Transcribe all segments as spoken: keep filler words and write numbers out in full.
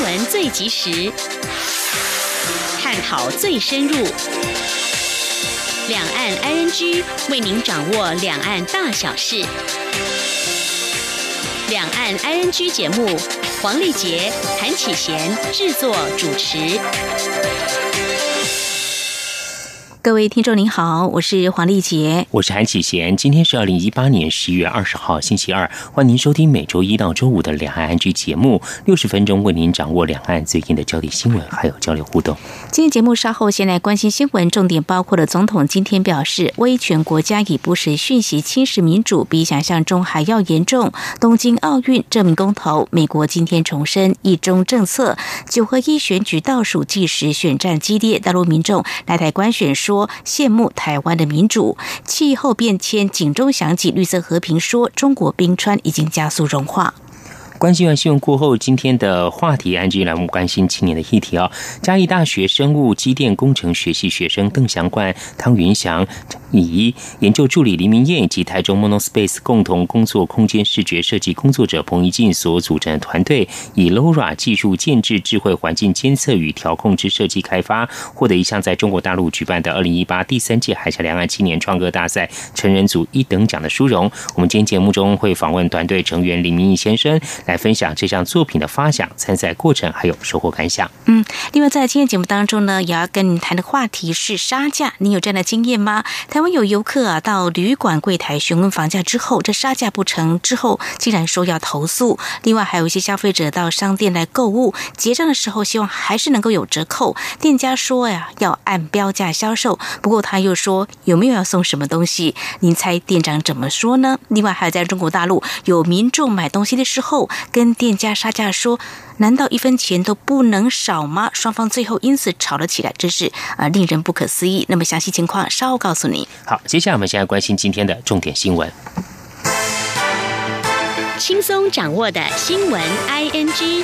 闻最及时，探讨最深入，两岸 I N G 为您掌握两岸大小事。两岸 I N G 节目，黄丽杰、韩启贤制作主持。各位听众您好，我是黄丽杰， 我是韩启贤。今天是二零一八年十一月二十号星期二，欢迎您收听每周一到周五的两岸 I N G 节目，六十分钟为您掌握两岸最近的焦点新闻，还有交流互动。 今天节目稍后先来关心新闻，重点包括了总统今天表示，威权国家以不实讯息侵蚀民主，比想象中还要严重。东京奥运证明公投，美国今天重申一中政策。九合一选举倒数计时，选战激烈，大陆民众来台观选说羡慕台湾的民主。气候变迁警钟响起，绿色和平说中国冰川已经加速融化。 关心完新闻过后，今天的话题安居栏目关心青年的议题哦。嘉义大学生物机电工程学系学生邓祥冠、汤云祥以研究助理黎明燕以及台中 Monospace 共同工作空间视觉设计工作者彭怡静所组成的团队，以 L O R A 技术建制智慧环境监测与调控之设计开发，获得一项在中国大陆举办的二零一八第三届海峡两岸青年创客大赛成人组一等奖的殊荣。我们今天节目中会访问团队成员黎明义先生，来分享这项作品的发想、参赛过程还有收获感想。 嗯，另外在今天节目当中呢，也要跟你谈的话题是杀价。你有这样的经验吗？台湾有游客啊到旅馆柜台询问房价之后，这杀价不成之后，竟然说要投诉。另外还有一些消费者到商店来购物，结账的时候希望还是能够有折扣，店家说呀要按标价销售，不过他又说有没有要送什么东西？您猜店长怎么说呢？另外还有在中国大陆有民众买东西的时候跟店家杀价说，难道一分钱都不能少吗？双方最后因此吵了起来，真是呃令人不可思议。那么详细情况稍后告诉你。 好，接下来我们现在关心今天的重点新闻， 轻松掌握的新闻 I N G。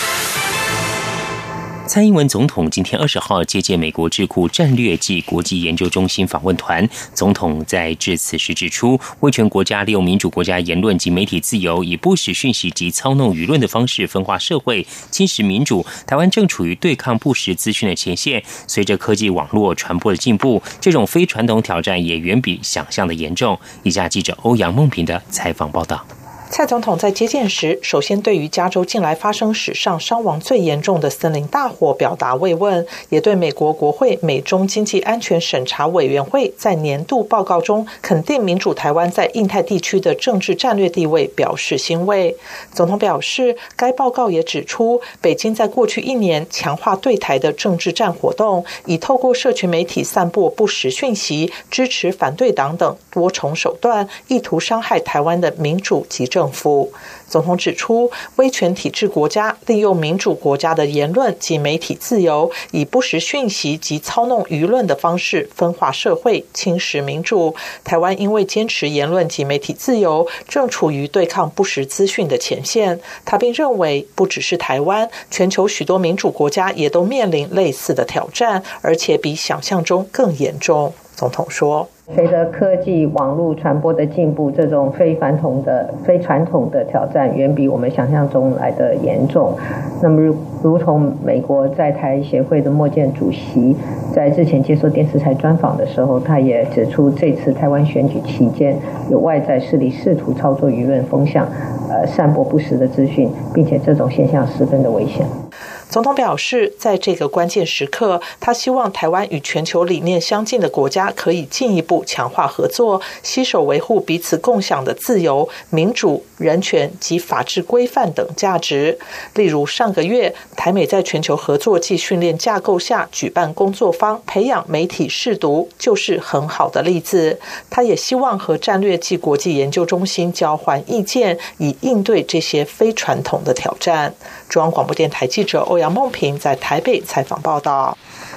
蔡英文总统今天二十号接见美国智库战略暨国际研究中心访问团。总统在致辞时指出，威权国家利用民主国家言论及媒体自由，以不实讯息及操弄舆论的方式分化社会、侵蚀民主。台湾正处于对抗不实资讯的前线。随着科技网络传播的进步，这种非传统挑战也远比想象的严重。以下记者欧阳梦平的采访报道。 蔡总统在接见时，首先对于加州近来发生史上伤亡最严重的森林大火表达慰问，也对美国国会美中经济安全审查委员会在年度报告中肯定民主台湾在印太地区的政治战略地位表示欣慰。总统表示，该报告也指出，北京在过去一年强化对台的政治战活动，以透过社群媒体散播不实讯息、支持反对党等多重手段，意图伤害台湾的民主及政府。总统指出，威权体制国家利用民主国家的言论及媒体自由，以不实讯息及操弄舆论的方式分化社会、侵蚀民主。台湾因为坚持言论及媒体自由，正处于对抗不实资讯的前线。他并认为，不只是台湾，全球许多民主国家也都面临类似的挑战，而且比想象中更严重。总统说， 随着科技网络传播的进步，这种非传统的非传统的挑战远比我们想象中来的严重。那么如如同美国在台协会的莫健主席在之前接受电视台专访的时候，他也指出，这次台湾选举期间有外在势力试图操作舆论风向，呃，散播不实的资讯，并且这种现象十分的危险。 总统表示，在这个关键时刻，他希望台湾与全球理念相近的国家可以进一步强化合作，携手维护彼此共享的自由、民主、人权及法治规范等价值。例如，上个月台美在全球合作暨训练架构下举办工作坊，培养媒体识读，就是很好的例子。他也希望和战略暨国际研究中心交换意见，以应对这些非传统的挑战。中央广播电台记者欧阳梦平在台北采访报道。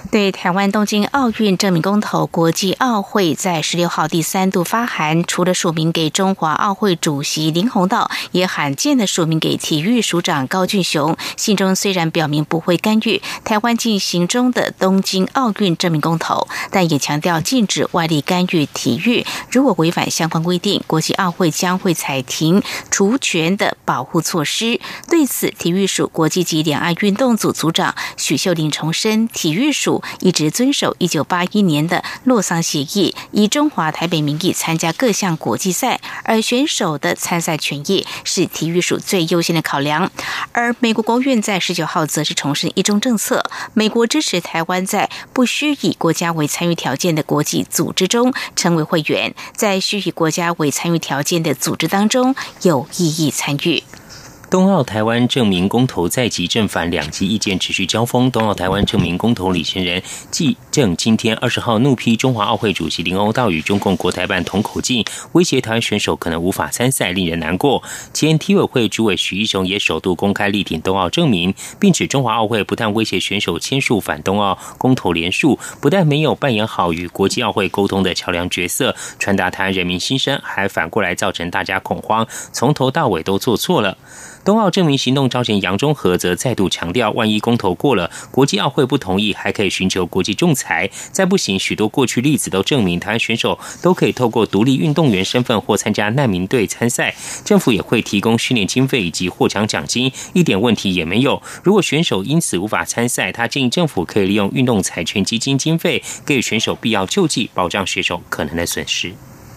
对台湾东京奥运正名公投，国际奥会在十六号第三度发函，除了署名给中华奥会主席林鸿道，也罕见的署名给体育署长高俊雄。信中虽然表明不会干预台湾进行中的东京奥运正名公投，但也强调禁止外力干预体育，如果违反相关规定，国际奥会将会采停除权的保护措施。对此，体育署国际级两岸运动组组长许秀玲重申，体育署一直遵守一九八一年的洛桑协议，以中华台北名义参加各项国际赛，而选手的参赛权益是体育署最优先的考量。而美国国务院在十九号则是重申一中政策，美国支持台湾在不需以国家为参与条件的国际组织中成为会员，在需以国家为参与条件的组织当中有意义参与。 冬奥台湾正名公投在即正反两极意见持续交锋。冬奥台湾正名公投领衔人纪正今天二十号怒批中华奥会主席林欧道与中共国台办同口径，威胁台湾选手可能无法参赛，令人难过。前体委会主委许一雄也首度公开力挺冬奥正名，并指中华奥会不但威胁选手签署反冬奥公投联署，不但没有扮演好与国际奥会沟通的桥梁角色，传达台湾人民心声，还反过来造成大家恐慌，从头到尾都做错了。冬奥正名行动召集杨中和则再度强调，万一公投过了，国际奥会不同意，还可以寻求国际仲裁。再不行，许多过去例子都证明，台湾选手都可以透过独立运动员身份或参加难民队参赛，政府也会提供训练经费以及获奖奖金，一点问题也没有。如果选手因此无法参赛，他建议政府可以利用运动彩券基金经费，给予选手必要救济，保障选手可能的损失。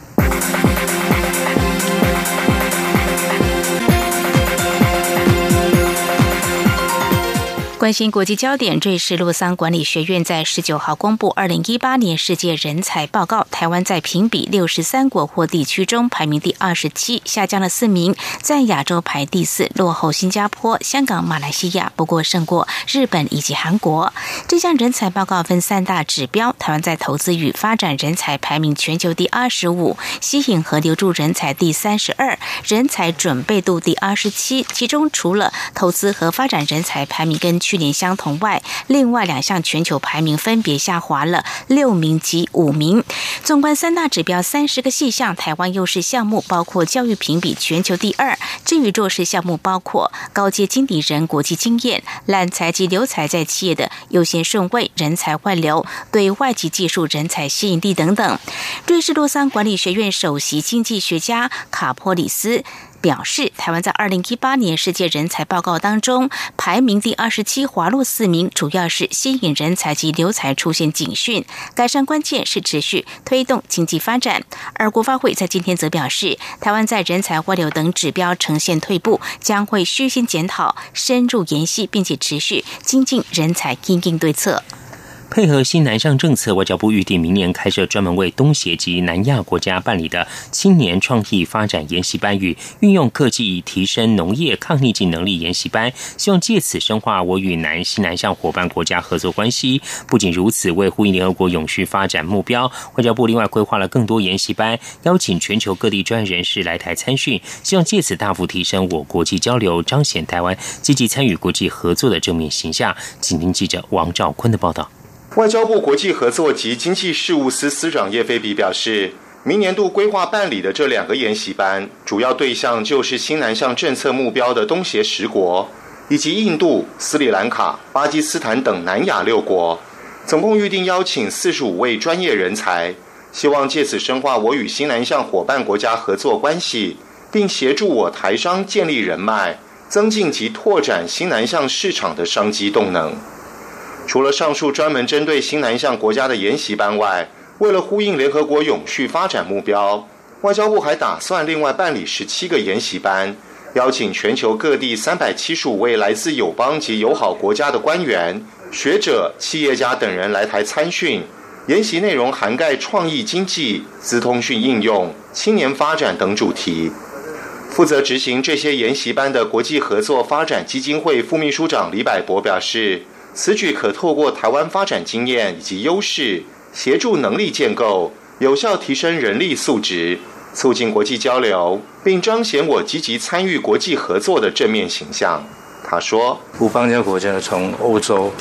关心国际焦点，瑞士洛桑管理学院在十九号公布二零一八年世界人才报告，台湾在评比六十三国或地区中排名第二十七，下降了四名，在亚洲排第四，落后新加坡、香港、马来西亚，不过胜过日本以及韩国。这项人才报告分三大指标，台湾在投资与发展人才排名全球第二十五，吸引和留住人才第三十二，人才准备度第二十七。其中除了投资和发展人才排名跟去年相同外，另外两项全球排名分别下滑了六名及五名。纵观三大指标三十个细项，台湾优势项目包括教育评比全球第二，至于弱势项目包括高阶经理人国际经验、揽才及留才在企业的优先顺位、人才外流、对外籍技术人才吸引力等等。瑞士洛桑管理学院首席经济学家卡波里斯表示，台湾在二零一八年世界人才报告当中排名第二十七，滑落四名，主要是吸引人才及留才出现警讯，改善关键是持续推动经济发展。而国发会在今天则表示，台湾在人才外流等指标呈现退步，将会虚心检讨，深入研析，并且持续精进人才因应对策。 配合新南向政策，外交部预定明年开设专门为东协及南亚国家办理的青年创意发展研习班与运用科技提升农业抗逆境能力研习班，希望借此深化我与南新南向伙伴国家合作关系。不仅如此，为呼应联合国永续发展目标，外交部另外规划了更多研习班，邀请全球各地专业人士来台参训，希望借此大幅提升我国际交流，彰显台湾积极参与国际合作的正面形象。请听记者王兆坤的报道。 外交部国际合作及经济事务司司长叶飞比表示，明年度规划办理的这两个研习班，主要对象就是新南向政策目标的东协十国，以及印度、斯里兰卡、巴基斯坦等南亚六国，总共预定邀请四十五位专业人才，希望借此深化我与新南向伙伴国家合作关系，并协助我台商建立人脉，增进及拓展新南向市场的商机动能。除了上述专门针对新南向国家的研习班外，为了呼应联合国永续发展目标，外交部还打算另外办理十七个研习班，邀请全球各地三百七十五位来自友邦及友好国家的官员、学者、企业家等人来台参训。研习内容涵盖创意经济、资通讯应用、青年发展等主题。负责执行这些研习班的国际合作发展基金会副秘书长李百博表示，此举可透过台湾发展经验以及优势，协助能力建构，有效提升人力素质，促进国际交流，并彰显我积极参与国际合作的正面形象。他说， 五邦交国家从欧洲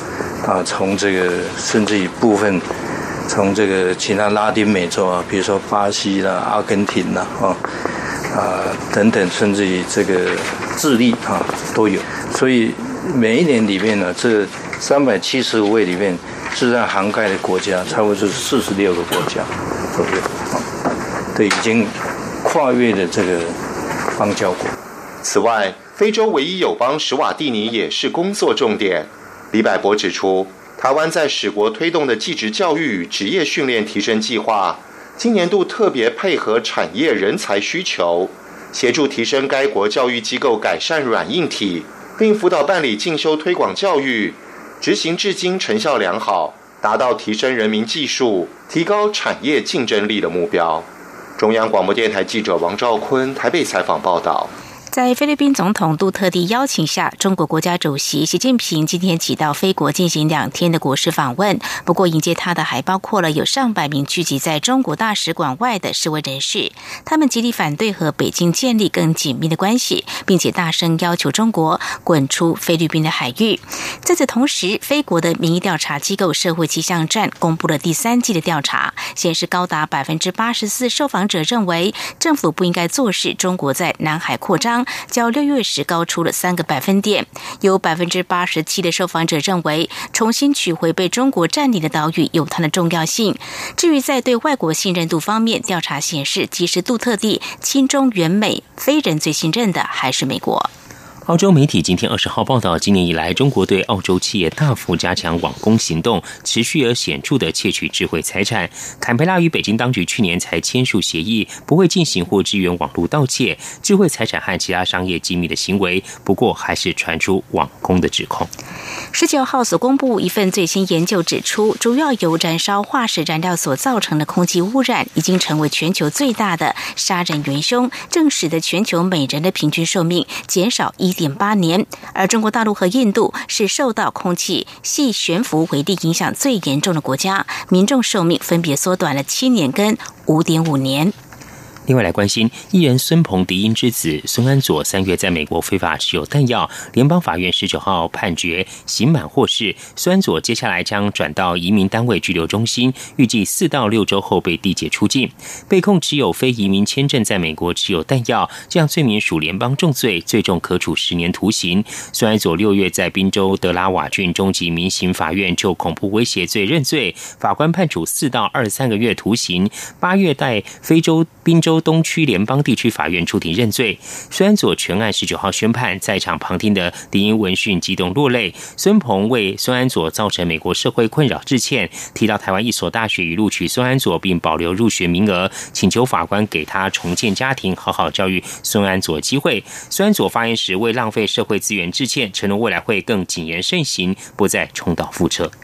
啊，从这个甚至一部分从这个其他拉丁美洲啊，比如说巴西啦、阿根廷啦，啊啊等等，甚至于这个智利啊都有。所以每一年里面呢，这三百七十五位里面，事实上涵盖的国家差不多就是四十六个国家左右啊，对，已经跨越了这个邦交国。 此外，非洲唯一友邦史瓦蒂尼也是工作重点。李百博指出，台湾在史国推动的技职教育与职业训练提升计划，今年度特别配合产业人才需求，协助提升该国教育机构改善软硬体，并辅导办理进修推广教育，执行至今成效良好，达到提升人民技术、提高产业竞争力的目标。中央广播电台记者王兆坤台北采访报道。 在菲律宾总统杜特地邀请下，中国国家主席习近平今天起到菲国进行两天的国事访问。不过迎接他的还包括了有上百名聚集在中国大使馆外的示威人士，他们极力反对和北京建立更紧密的关系，并且大声要求中国滚出菲律宾的海域。在此同时，菲国的民意调查机构社会气象站公布了第三季的调查，显示高达百分之八十四受访者认为政府不应该坐视中国在南海扩张，较六月时高出了三个百分点。有百分之八十七的受访者认为重新取回被中国占领的岛屿有它的重要性。至于在对外国信任度方面，调查显示，即使杜特地亲中援美，非人最信任的还是美国。 澳洲媒体今天二十号报道，今年以来，中国对澳洲企业大幅加强网攻行动，持续而显著地窃取智慧财产。坎培拉与北京当局去年才签署协议，不会进行或支援网络盗窃、智慧财产和其他商业机密的行为。不过，还是传出网攻的指控。 十九号所公布一份最新研究指出，主要由燃烧化石燃料所造成的空气污染，已经成为全球最大的杀人元凶，正使得全球每人的平均寿命减少一点八年。而中国大陆和印度是受到空气细悬浮微粒影响最严重的国家，民众寿命分别缩短了七年跟五点五年。 另外来关心，艺人孙鹏嫡音之子孙安佐三月在美国非法持有弹药，联邦法院十九号判决刑满获释。孙安佐接下来将转到移民单位拘留中心，预计四到六周后被递解出境。被控持有非移民签证在美国持有弹药，这样罪名属联邦重罪，最重可处十年徒刑。孙安佐六月在宾州德拉瓦郡中级民刑法院就恐怖威胁罪认罪，法官判处四到二十三个月徒刑。八月在非洲宾州东区联邦地区法院出庭认罪。孙安佐全案十九号宣判，在场旁听的迪英闻讯激动落泪。孙鹏为孙安佐造成美国社会困扰致歉，提到台湾一所大学已录取孙安佐并保留入学名额，请求法官给他重建家庭、好好教育孙安佐机会。孙安佐发言时为浪费社会资源致歉，承诺未来会更谨言慎行，不再重蹈覆辙。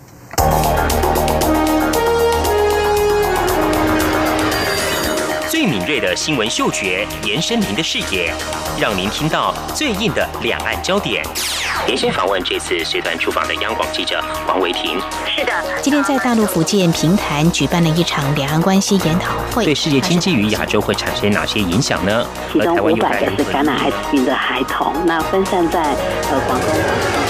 最敏锐的新闻嗅觉，延伸您的视野，让您听到最硬的两岸焦点。连线访问这次随团出访的央广记者王维婷。 是的，今天在大陆福建平潭举办了一场两岸关系研讨会， 对世界经济与亚洲会产生哪些影响呢？ 其中五百个是感染艾滋病的孩童，那分散在呃广东。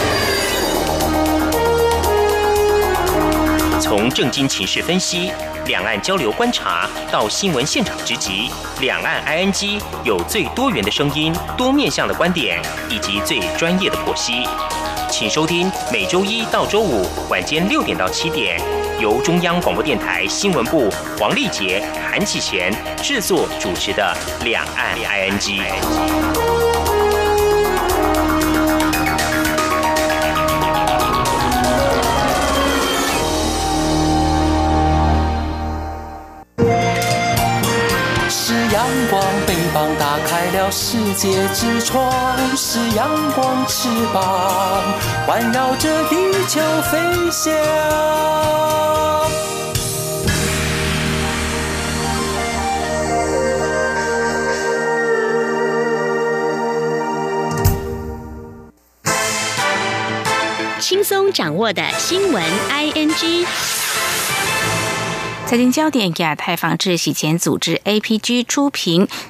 从政经情势分析、两岸交流观察到新闻现场直击，两岸 I N G 有最多元的声音、多面向的观点以及最专业的剖析。请收听每周一到周五晚间六点到七点，由中央广播电台新闻部黄丽杰、韩启贤制作主持的《两岸 I N G》。 阳光，北方打开了世界之窗，是阳光翅膀环绕着地球飞翔。 轻松掌握的新闻 I N G。 财经焦点，亚太防治洗钱组织 A P G 出评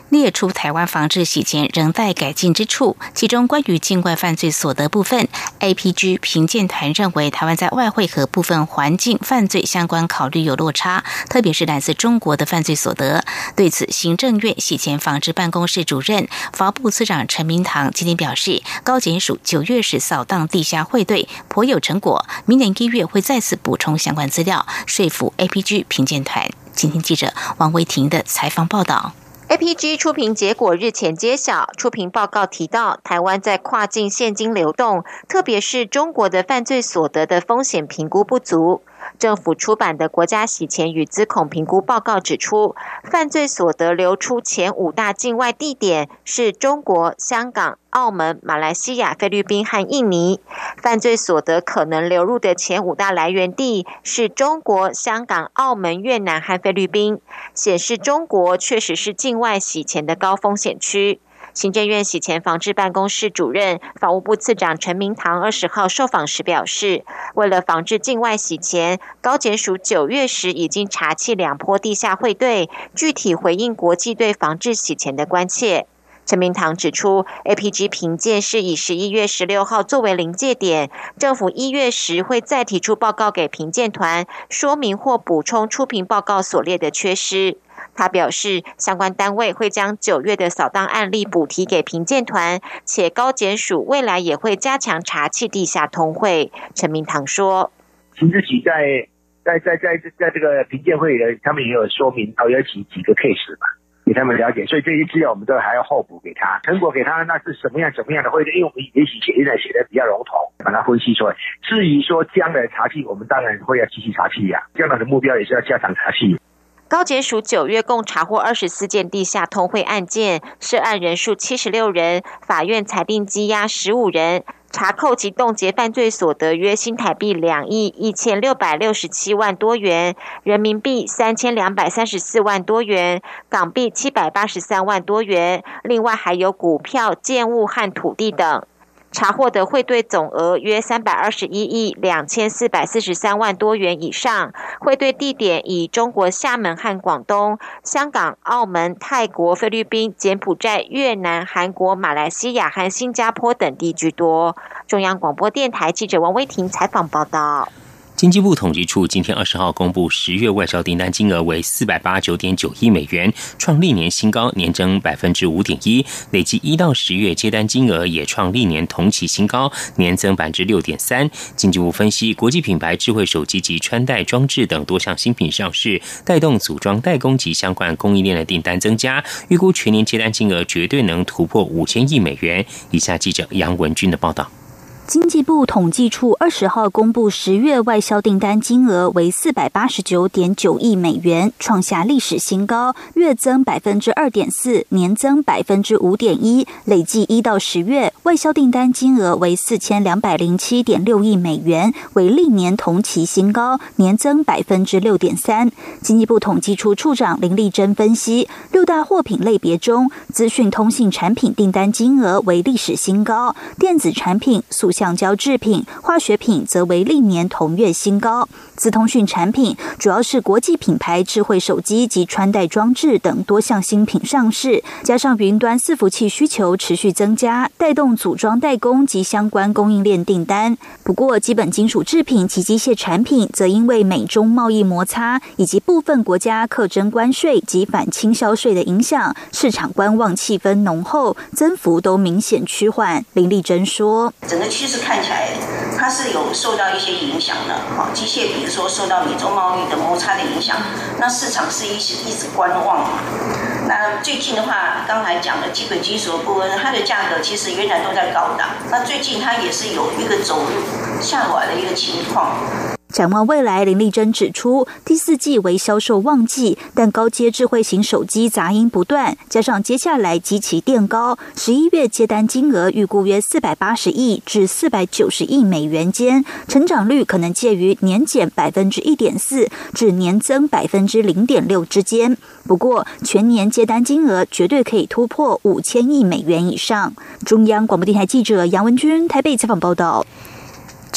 列出台湾防治洗钱仍待改进之处，其中关于境外犯罪所得部分 ，A P G 评鉴团认为台湾在外汇和部分环境犯罪相关考虑有落差，特别是来自中国的犯罪所得。对此，行政院洗钱防治办公室主任、法务部次长陈明堂今天表示，高检署九月时扫荡地下汇兑颇有成果，明年一月会再次补充相关资料，说服 A P G 评鉴团。今天记者王维婷的采访报道。 A P G 初评结果日前揭晓，初评报告提到，台湾在跨境现金流动，特别是中国的犯罪所得的风险评估不足。政府出版的国家洗钱与资恐评估报告指出，犯罪所得流出前五大境外地点是中国、香港、澳门、马来西亚、菲律宾和印尼。犯罪所得可能流入的前五大来源地是中国、香港、澳门、越南和菲律宾，显示中国确实是境外洗钱的高风险区。行政院洗钱防治办公室主任、法务部次长陈明堂二十号受访时表示，为了防治境外洗钱，高检署九月时已经查缉两波地下汇兑，具体回应国际对防治洗钱的关切。陈明堂指出 ，A P G 评鉴是以十一月十六号作为临界点，政府一月时会再提出报告给评鉴团，说明或补充初评报告所列的缺失。他表示，相关单位会将九月的扫荡案例补提给评鉴团，且高检署未来也会加强查缉地下通汇。陈明堂说， 行政局在在在在在这个评鉴会的，他们也有说明到有几几个 case 嘛，给他们了解，所以这些资料我们都还要后补给他，成果给他，那是什么样什么样的汇兑，因为我们也许写现在写的比较笼统，把它分析出来。至于说将来查缉，我们当然会要继续查缉呀，将来的目标也是要加强查缉。 高检署九月共查获二十四件地下通汇案件，涉案人数七十六人，法院裁定羁押十五人，查扣及冻结犯罪所得约新台币两亿一千六百六十七万多元，人民币三千两百三十四万多元，港币七百八十三万多元，另外还有股票、建物和土地等。查获的汇兑总额约三百二十一亿两千四百四十三万多元以上，汇兑地点以中国厦门和广东、香港、澳门、泰国、菲律宾、柬埔寨、越南、韩国、马来西亚和新加坡等地居多。中央广播电台记者王威婷采访报道。 经济部统计处今天二十号公布，十月外销订单金额为四百八十九点九亿美元，创历年新高，年增百分之五点一。累计一到十月接单金额也创历年同期新高，年增百分之六点三。经济部分析，国际品牌智慧手机及穿戴装置等多项新品上市，带动组装代工及相关供应链的订单增加，预估全年接单金额绝对能突破五千亿美元。以下记者杨文君的报道。 经济部统计处二十号公布，十月外销订单金额为四百八十九点九亿美元，创下历史新高，月增百分之二点四，年增百分之五点一。累计一到十月外销订单金额为四千两百零七点六亿美元，为历年同期新高，年增百分之六点三。经济部统计处处长林丽珍分析，六大货品类别中，资讯通信产品订单金额为历史新高，电子产品、塑橡胶制品、化学品则为历年同月新高。资通讯产品主要是国际品牌智慧手机及穿戴装置等多项新品上市，加上云端伺服器需求持续增加，带动组装代工及相关供应链订单。不过，基本金属制品及机械产品则因为美中贸易摩擦以及部分国家课征关税及反倾销税的影响，市场观望气氛浓厚，增幅都明显趋缓。林丽珍说， 整个趋势看起来它是有受到一些影响的，机械比如说受到美洲贸易的摩擦的影响，那市场是一直一直观望嘛。那最近的话，刚才讲的基本金属的部分，它的价格其实原来都在高档，那最近它也是有一个走下滑的一个情况。 展望未来，林丽珍指出，第四季为销售旺季，但高阶智慧型手机杂音不断，加上接下来基期垫高，十一月接单金额预估约四百八十亿至四百九十亿美元间，成长率可能介于年减百分之一点四至年增百分之零点六之间。不过，全年接单金额绝对可以突破五千亿美元以上。中央广播电台记者杨文君台北采访报道。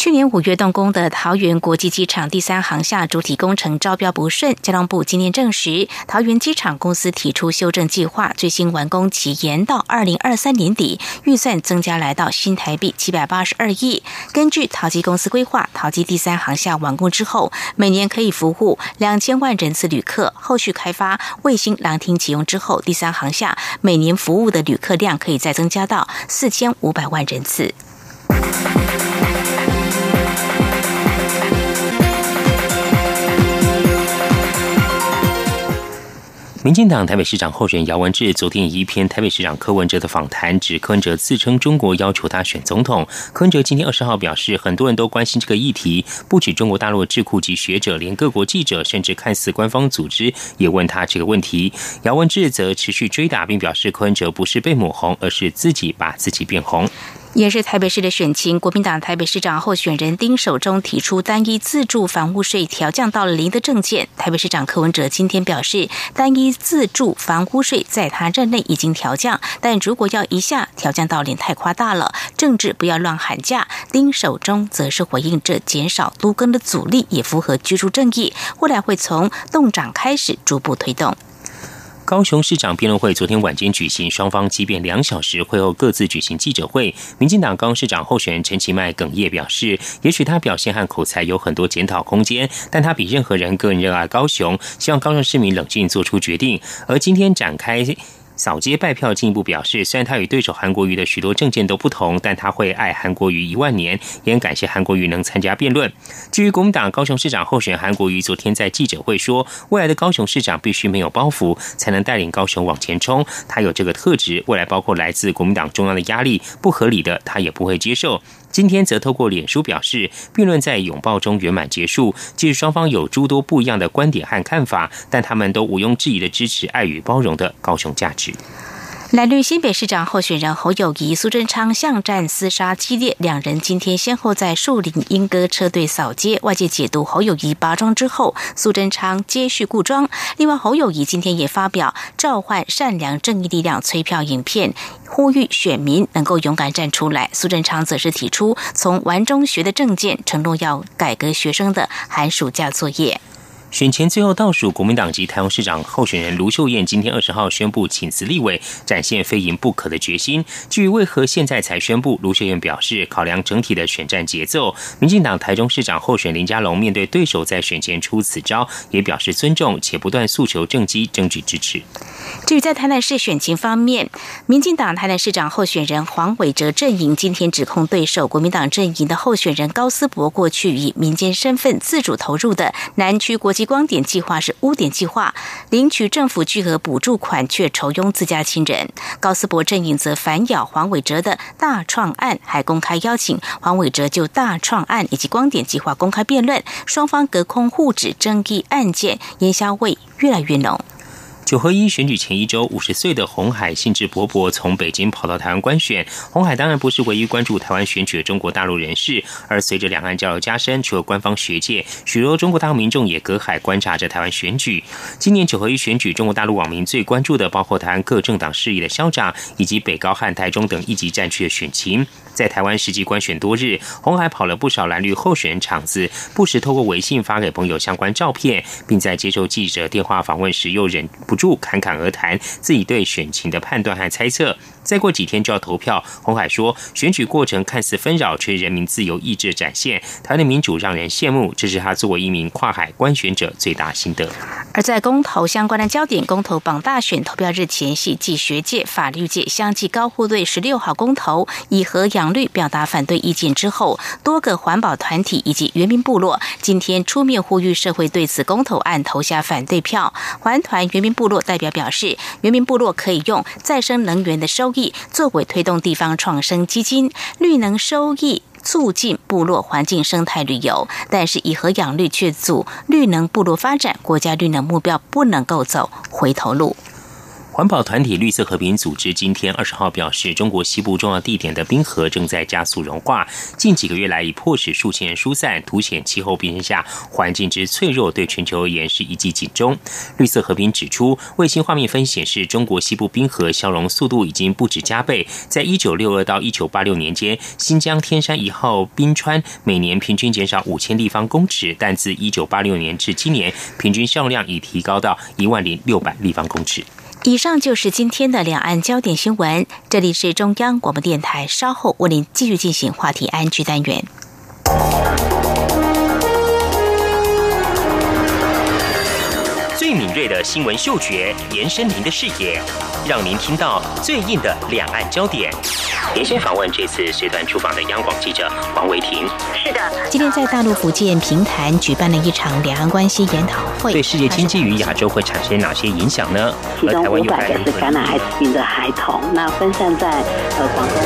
去年五月动工的桃园国际机场第三航厦主体工程招标不顺，交通部今天证实，桃园机场公司提出修正计划，最新完工期延到二零二三年底，预算增加来到新台币七百八十二亿。根据桃机公司规划，桃机第三航厦完工之后，每年可以服务两千万人次旅客。后续开发卫星廊厅启用之后，第三航厦每年服务的旅客量可以再增加到四千五百万人次。 民进党台北市长候选人姚文智昨天以一篇台北市长柯文哲的访谈，指柯文哲自称中国要求他选总统。柯文哲今天二十号表示，很多人都关心这个议题，不止中国大陆的智库及学者，连各国记者，甚至看似官方组织也问他这个问题。姚文智则持续追打，并表示柯文哲不是被抹红，而是自己把自己变红。 也是台北市的选情，国民党台北市长候选人丁守中提出单一自住房屋税调降到零的政见。台北市长柯文哲今天表示，单一自住房屋税在他任内已经调降，但如果要一下调降到零太夸大了，政治不要乱喊价。丁守中则是回应，这减少都更的阻力也符合居住正义，未来会从动涨开始逐步推动。 高雄市长辩论会昨天晚间举行，双方激辩两小时，会后各自举行记者会。民进党高雄市长候选人陈其迈哽咽表示，也许他表现和口才有很多检讨空间，但他比任何人更热爱高雄，希望高雄市民冷静做出决定。而今天展开扫街拜票，进一步表示，虽然他与对手韩国瑜的许多政见都不同，但他会爱韩国瑜一万年，也很感谢韩国瑜能参加辩论。至于国民党高雄市长候选人韩国瑜，昨天在记者会说，未来的高雄市长必须没有包袱，才能带领高雄往前冲，他有这个特质，未来包括来自国民党中央的压力，不合理的他也不会接受。今天则透过脸书表示，辩论在拥抱中圆满结束，即使双方有诸多不一样的观点和看法，但他们都毋庸置疑的支持爱与包容的高雄价值。 蓝绿新北市长候选人侯友宜、苏贞昌巷战厮杀激烈，两人今天先后在树林莺歌车队扫街，外界解读侯友宜拔庄之后，苏贞昌接续固庄。另外，侯友宜今天也发表召唤善良正义力量催票影片，呼吁选民能够勇敢站出来。苏贞昌则是提出从玩中学的政见，承诺要改革学生的寒暑假作业。 选前最后倒数，国民党籍台中市长候选人卢秀燕今天二十号宣布请辞立委，展现非赢不可的决心。至于为何现在才宣布，卢秀燕表示，考量整体的选战节奏，民进党台中市长候选林佳龙面对对手在选前出此招，也表示尊重，且不断诉求政绩，争取支持。 至于在台南市选情方面，民进党台南市长候选人黄伟哲阵营今天指控对手国民党阵营的候选人高思博过去以民间身份自主投入的南区国际光点计划是污点计划，领取政府巨额补助款却酬庸自家亲人。高思博阵营则反咬黄伟哲的大创案，还公开邀请黄伟哲就大创案以及光点计划公开辩论，双方隔空互指争议案件，烟硝味越来越浓。 九合一选举前一周，五十岁的鸿海兴致勃勃从北京跑到台湾观选。鸿海当然不是唯一关注台湾选举的中国大陆人士，而随着两岸交流加深，除了官方学界，许多中国大陆民众也隔海观察着台湾选举。今年九合一选举，中国大陆网民最关注的包括台湾各政党势力的消长，以及北高和台中等一级战区的选情。在台湾实际观选多日，鸿海跑了不少蓝绿候选人场子，不时透过微信发给朋友相关照片，并在接受记者电话访问时又忍不住侃侃而谈自己对选情的判断和猜测。再过几天就要投票，鸿海说，选举过程看似纷扰，却是人民自由意志的展现，台湾的民主让人羡慕，这是他作为一名跨海观选者最大心得。 而在公投相关的焦点，公投榜大选投票日前夕，继学界、法律界相继高呼对十六号公投以核养绿表达反对意见之后，多个环保团体以及原民部落今天出面呼吁社会对此公投案投下反对票。环团原民部落代表表示，原民部落可以用再生能源的收益作为推动地方创生基金，绿能收益促进部落环境生态旅游，但是以核养绿却阻绿能部落发展，国家绿能目标不能够走回头路。 环保团体绿色和平组织今天二十号表示，中国西部重要地点的冰河正在加速融化，近几个月来已迫使数千人疏散，凸显气候变迁下环境之脆弱，对全球而言是一记警钟。绿色和平指出，卫星画面分显示，中国西部冰河消融速度已经不止加倍，在一九六二到一九八六年间，新疆天山一号冰川每年平均减少五千立方公尺，但自一九八六年至今年，平均消融量已提高到一万零六百立方公尺。 以上就是今天的两岸焦点新闻，这里是中央广播电台，稍后为您继续进行话题安居单元。 最敏锐的新闻嗅觉，延伸您的视野，让您听到最硬的两岸焦点。连线访问这次随团出访的央广记者黄维婷。 是的，今天在大陆福建平潭举办了一场两岸关系研讨会， 对世界经济与亚洲会产生哪些影响呢？ 其中五百个是感染艾滋病的孩童，那分散在呃广东。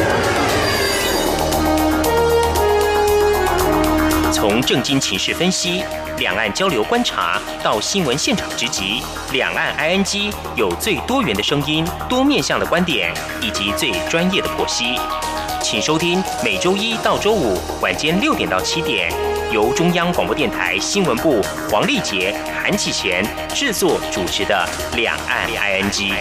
从政经情势分析、两岸交流观察到新闻现场直击，两岸 I N G 有最多元的声音、多面向的观点以及最专业的剖析。请收听每周一到周五晚间六点到七点，由中央广播电台新闻部黄丽杰、韩启贤制作主持的《两岸 I N G》。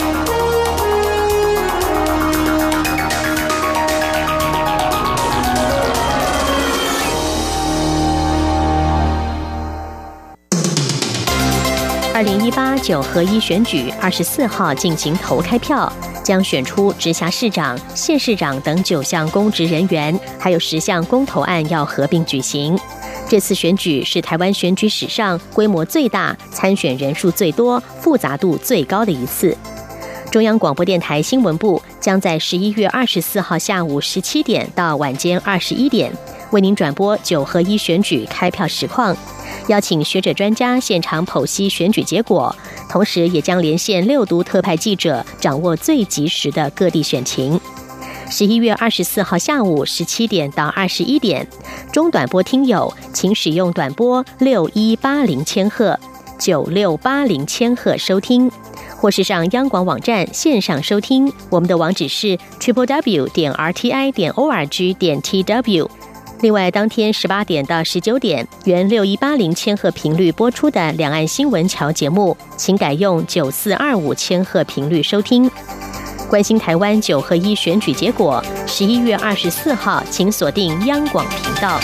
二零一八九合一选举二十四号进行投开票，将选出直辖市长、县市长等九项公职人员，还有十项公投案要合并举行。这次选举是台湾选举史上规模最大、参选人数最多、复杂度最高的一次。中央广播电台新闻部将在十一月二十四号下午十七点到晚间二十一点，为您转播九合一选举开票实况，邀请学者专家现场剖析选举结果，同时也将连线六都特派记者，掌握最及时的各地选情。十一月二十四号下午十七点到二十一点，中短波听友请使用短波六一八零千赫、九六八零千赫收听，或是上央广网站线上收听，我们的网址是 triple w 点 r t i 点 o r g 点 t w。另外，当天十八点到十九点，原六一八零千赫频率播出的两岸新闻桥节目，请改用九四二五千赫频率收听。关心台湾九合一选举结果，十一月二十四号，请锁定央广频道。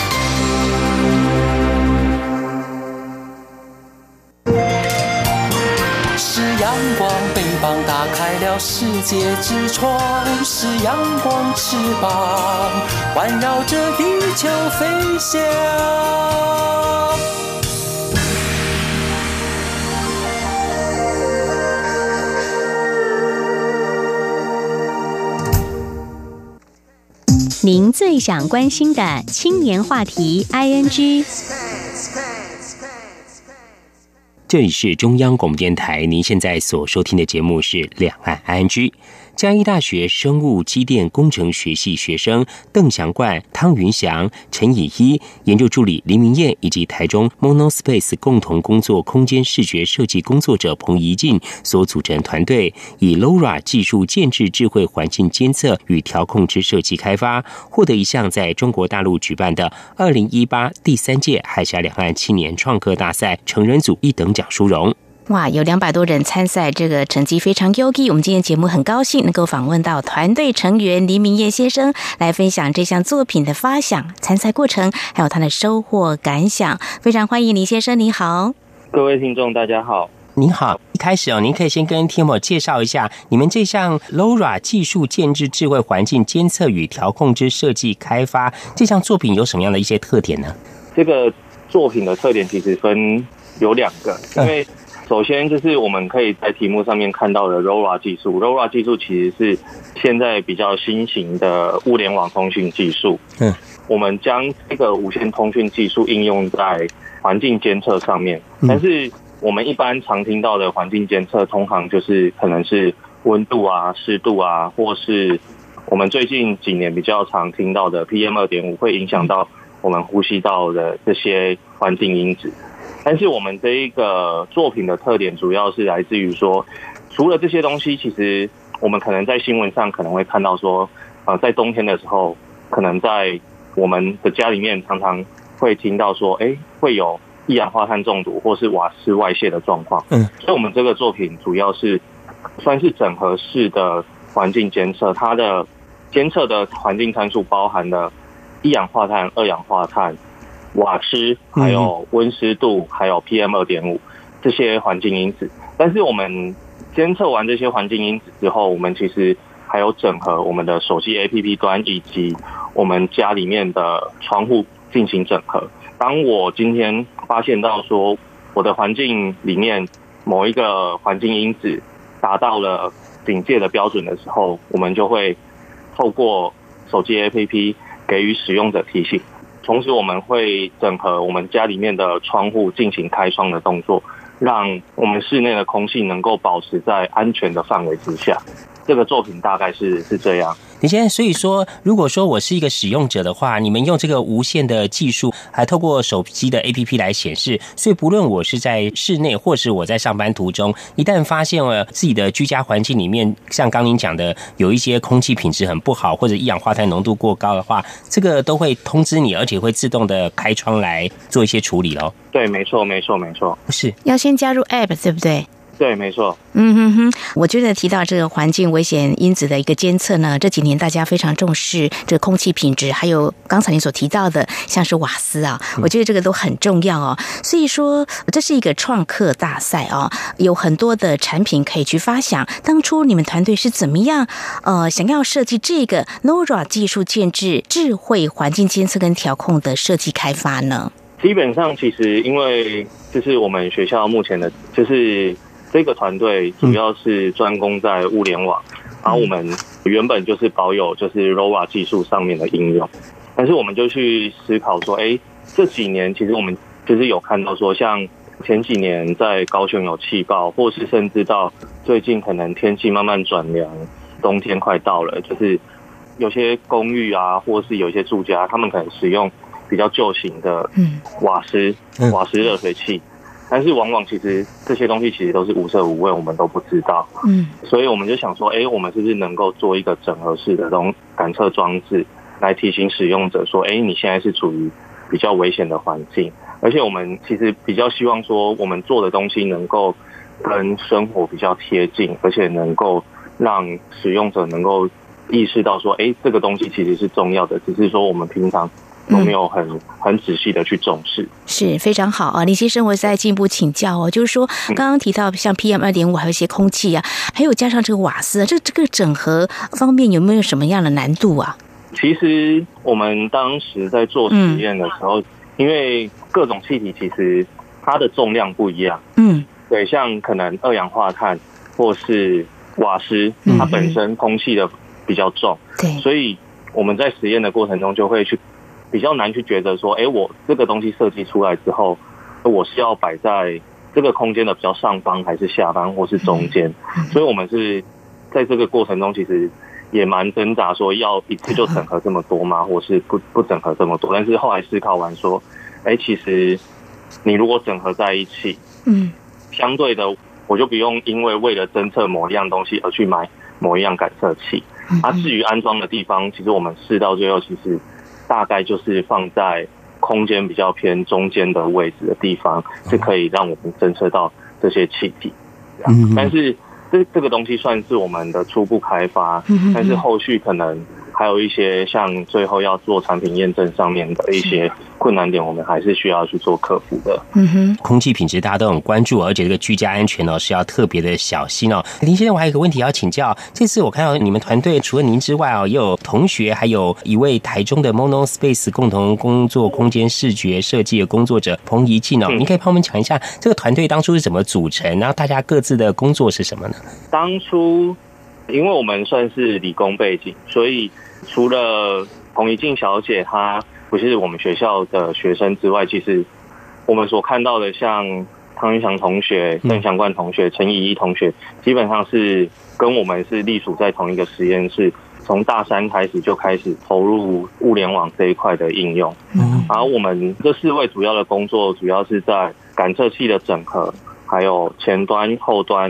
是阳光，翅膀打开了世界之窗，是阳光翅膀环绕着地球飞翔。 您最想关心的青年话题 I N G。 这里是中央广播电台，您现在所收听的节目是两岸 I N G。嘉义大学生物机电工程学系学生邓祥冠、汤云祥、陈以一，研究助理林明燕以及台中 Monospace 共同工作空间视觉设计工作者彭怡静所组成团队，以 L O R A 技术建制智慧环境监测与调控之设计开发，获得一项在中国大陆举办的二零一八第三届海峡两岸青年创客大赛成人组一等奖殊荣。 哇，有两百多人参赛，这个成绩非常优异。我们今天节目很高兴能够访问到团队成员黎明业先生，来分享这项作品的发想、参赛过程，还有他的收获感想。非常欢迎黎先生，你好。 各位听众，大家好。 您好，一开始哦，您可以先跟听友介绍一下你们这项 L O R A 技术建制智慧环境监测与调控之设计开发这项作品有什么样的一些特点呢？ 这个作品的特点其实分有两个，因为首先就是我们可以在题目上面看到的 L O R A 技术 ，L O R A 技术其实是现在比较新型的物联网通讯技术。嗯，我们将这个无线通讯技术应用在环境监测上面，但是我们一般常听到的环境监测，通常就是可能是温度啊、湿度啊，或是我们最近几年比较常听到的 P M 二点五 会影响到我们呼吸道的这些环境因子。但是我们这一个作品的特点主要是来自于说， 除了这些东西，其实我们可能在新闻上可能会看到说，呃，在冬天的时候，可能在我们的家里面常常会听到说，哎，会有一氧化碳中毒或是瓦斯外泄的状况。嗯，所以我们这个作品主要是算是整合式的环境监测，它的监测的环境参数包含了一氧化碳、二氧化碳、瓦斯，还有温湿度，还有 P M 二点五 这些环境因子。但是我们监测完这些环境因子之后，我们其实还有整合我们的手机 A P P 端以及我们家里面的窗户进行整合。当我今天发现到说我的环境里面某一个环境因子达到了警戒的标准的时候，我们就会透过手机 A P P 给予使用者提醒。同时我们会整合我们家里面的窗户进行开窗的动作，让我们室内的空气能够保持在安全的范围之下。这个作品大概是是这样。 你现在所以说，如果说我是一个使用者的话，你们用这个无线的技术，还透过手机的 A P P 来显示，所以不论我是在室内，或是我在上班途中，一旦发现了自己的居家环境里面，像刚您讲的，有一些空气品质很不好，或者一氧化碳浓度过高的话，这个都会通知你，而且会自动的开窗来做一些处理咯。 对，没错，没错，没错。 是要先加入 App， 对不对？ 对，没错。 嗯哼哼，我觉得提到这个环境危险因子的一个监测呢，这几年大家非常重视这个空气品质，还有刚才你所提到的像是瓦斯啊，我觉得这个都很重要哦。所以说这是一个创客大赛哦，有很多的产品可以去发想。当初你们团队是怎么样呃想要设计这个 Nora 技术建制智慧环境监测跟调控的设计开发呢？ 基本上其实因为就是我们学校目前的就是这个团队主要是专攻在物联网，然后我们原本就是保有就是 R O A 技术上面的应用，但是我们就去思考说，哎，这几年其实我们就是有看到说，像前几年在高雄有气爆，或是甚至到最近可能天气慢慢转凉，冬天快到了，就是有些公寓啊，或是有一些住家，他们可能使用比较旧型的瓦斯、瓦斯热水器。但是往往其实这些东西其实都是无色无味，我们都不知道。嗯，所以我们就想说，哎，我们是不是能够做一个整合式的这种感测装置，来提醒使用者说，哎，你现在是处于比较危险的环境。而且我们其实比较希望说，我们做的东西能够跟生活比较贴近，而且能够让使用者能够意识到说，哎，这个东西其实是重要的，只是说我们平常都没有很很仔细的去重视。 是非常好啊，林先生，我再进一步请教哦，就是说刚刚提到像 P M 二点五 还有一些空气啊，还有加上这个瓦斯啊，这这个整合方面有没有什么样的难度啊？ 其实我们当时在做实验的时候，嗯、因为各种气体其实它的重量不一样，嗯，对，像可能二氧化碳或是瓦斯，它本身空气的比较重，对，所以我们在实验的过程中就会去。比较难去觉得说，哎，我这个东西设计出来之后，我是要摆在这个空间的比较上方，还是下方，或是中间？所以我们是在这个过程中，其实也蛮挣扎，说要一次就整合这么多吗？或是不不整合这么多？但是后来思考完说，哎，其实你如果整合在一起，嗯，相对的，我就不用因为为了侦测某一样东西而去买某一样感测器。啊，至于安装的地方，其实我们试到最后，其实。大概就是放在空间比较偏中间的位置的地方，是可以让我们侦测到这些气体。嗯、但是这这个东西算是我们的初步开发，嗯、但是后续可能还有一些像最后要做产品验证上面的一些困难点，我们还是需要去做克服的。 嗯哼，空气品质大家都很关注，而且这个居家安全哦是要特别的小心哦。林先生，我还有一个问题要请教，这次我看到你们团队除了您之外哦，也有同学，还有一位台中的 Monospace 共同工作空间视觉设计的工作者彭怡静哦，嗯、您可以帮我们讲一下这个团队当初是怎么组成，然后大家各自的工作是什么呢？ 当初因为我们算是理工背景，所以除了彭怡静小姐她不是我们学校的学生之外，其实我们所看到的像汤云祥同学、邓祥冠同学、陈怡一同学，基本上是跟我们是隶属在同一个实验室，从大三开始就开始投入物联网这一块的应用。嗯，然后我们这四位主要的工作主要是在感测器的整合，还有前端、后端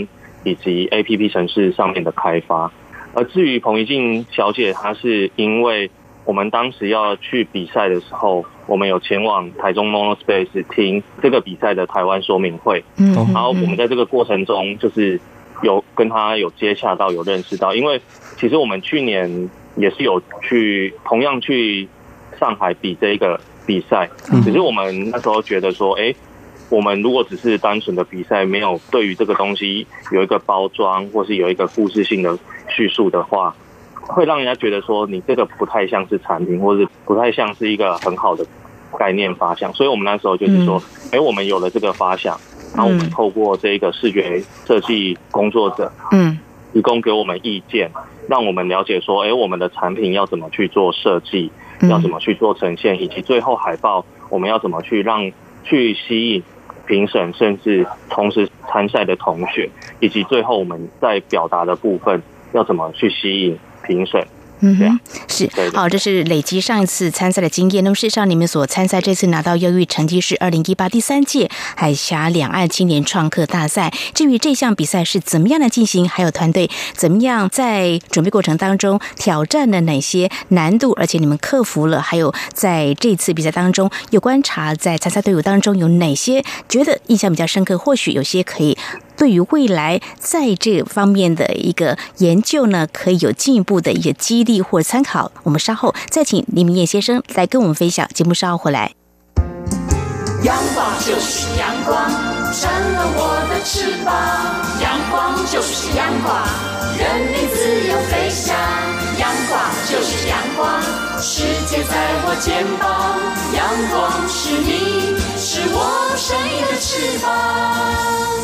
以及 A P P 程式上面的开发。而至于彭怡静小姐，她是因为我们当时要去比赛的时候，我们有前往台中 Monospace 听这个比赛的台湾说明会，嗯，然后我们在这个过程中就是有跟她有接洽到，有认识到，因为其实我们去年也是有去同样去上海比这个比赛，只是我们那时候觉得说，哎，我们如果只是单纯的比赛，没有对于这个东西有一个包装，或是有一个故事性的叙述的话，会让人家觉得说你这个不太像是产品，或是不太像是一个很好的概念发想。所以我们那时候就是说，哎，我们有了这个发想，然后我们透过这个视觉设计工作者，嗯，提供给我们意见，让我们了解说，哎，我们的产品要怎么去做设计，要怎么去做呈现，以及最后海报我们要怎么去让去吸引评审，甚至同时参赛的同学，以及最后我们在表达的部分要怎么去吸引评审。 嗯哼，是，好，这是累积上一次参赛的经验。那么事实上，你们所参赛这次拿到优异成绩是二零一八第三届海峡两岸青年创客大赛。至于这项比赛是怎么样的进行，还有团队怎么样在准备过程当中挑战了哪些难度，而且你们克服了，还有在这次比赛当中有观察在参赛队伍当中有哪些觉得印象比较深刻，或许有些可以对于未来在这方面的一个研究呢，可以有进一步的一个激励或参考。我们稍后再请李明彦先生来跟我们分享。节目稍后回来。 阳光就是阳光，扇了我的翅膀。阳光就是阳光，任你自由飞翔。阳光就是阳光，世界在我肩膀。阳光是你，是我生命的翅膀。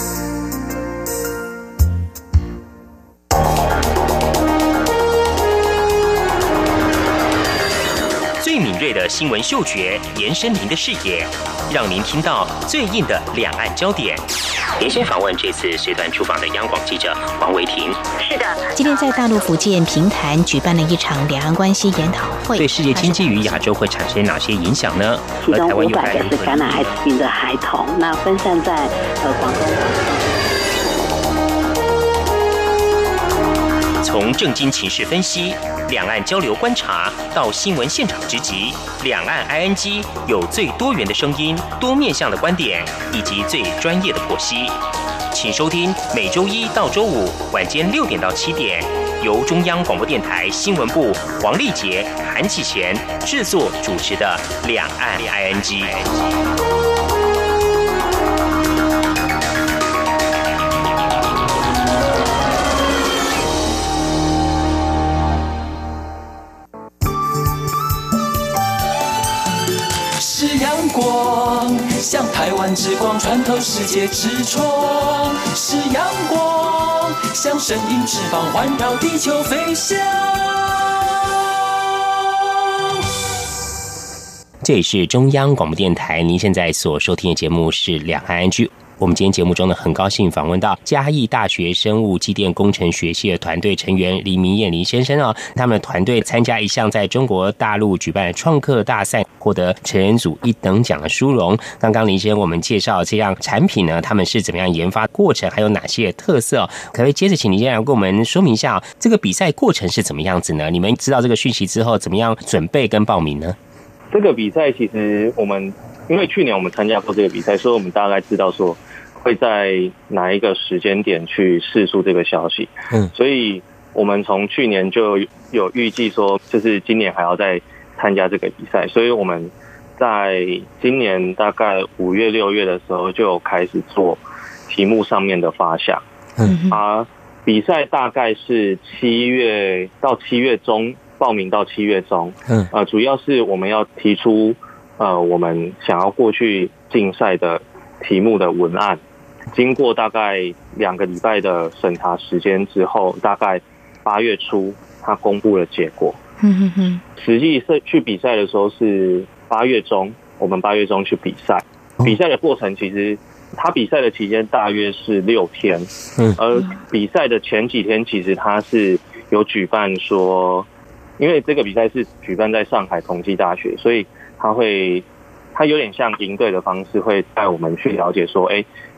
最敏锐的新闻嗅觉，延伸您的视野，让您听到最硬的两岸焦点。连线访问这次随团出访的央广记者王维婷。 是的，今天在大陆福建平潭举办了一场两岸关系研讨会， 对世界经济与亚洲会产生哪些影响呢？ 其中五百个是感染艾滋病的孩童，那分散在呃广东。 从政经情势分析、两岸交流观察到新闻现场直击，两岸 I N G 有最多元的声音、多面向的观点以及最专业的剖析。请收听每周一到周五晚间六点到七点，由中央广播电台新闻部黄丽杰、韩启贤制作主持的《两岸 I N G》。 是阳光，像台湾之光穿透世界之窗；是阳光，像神鹰翅膀环绕地球飞翔。 这里是中央广播电台，您现在所收听的节目是两岸 I N G。我们今天节目中呢，很高兴访问到嘉义大学生物机电工程学系的团队成员黎明彦黎先生哦。他们的团队参加一项在中国大陆举办的创客大赛，获得成人组一等奖的殊荣。刚刚黎先生我们介绍这样产品呢，他们是怎么样研发过程，还有哪些特色哦？可不可以接着请黎先生跟我们说明一下、哦、这个比赛过程是怎么样子呢？你们知道这个讯息之后，怎么样准备跟报名呢？ 这个比赛其实我们因为去年我们参加过这个比赛，所以我们大概知道说会在哪一个时间点去释出这个消息。嗯，所以我们从去年就有预计说，就是今年还要再参加这个比赛，所以我们在今年大概五月六月的时候就有开始做题目上面的发想。嗯，啊，比赛大概是七月到七月中。报名到七月中，嗯，呃，主要是我们要提出，呃，我们想要过去竞赛的题目的文案，经过大概两个礼拜的审查时间之后，大概八月初，他公布了结果。嗯哼哼。实际是去比赛的时候是八月中，我们八月中去比赛，比赛的过程其实他比赛的期间大约是六天，嗯，而比赛的前几天其实他是有举办说。因为这个比赛是举办在上海同济大学，所以他会，他有点像营队的方式，会带我们去了解说，哎，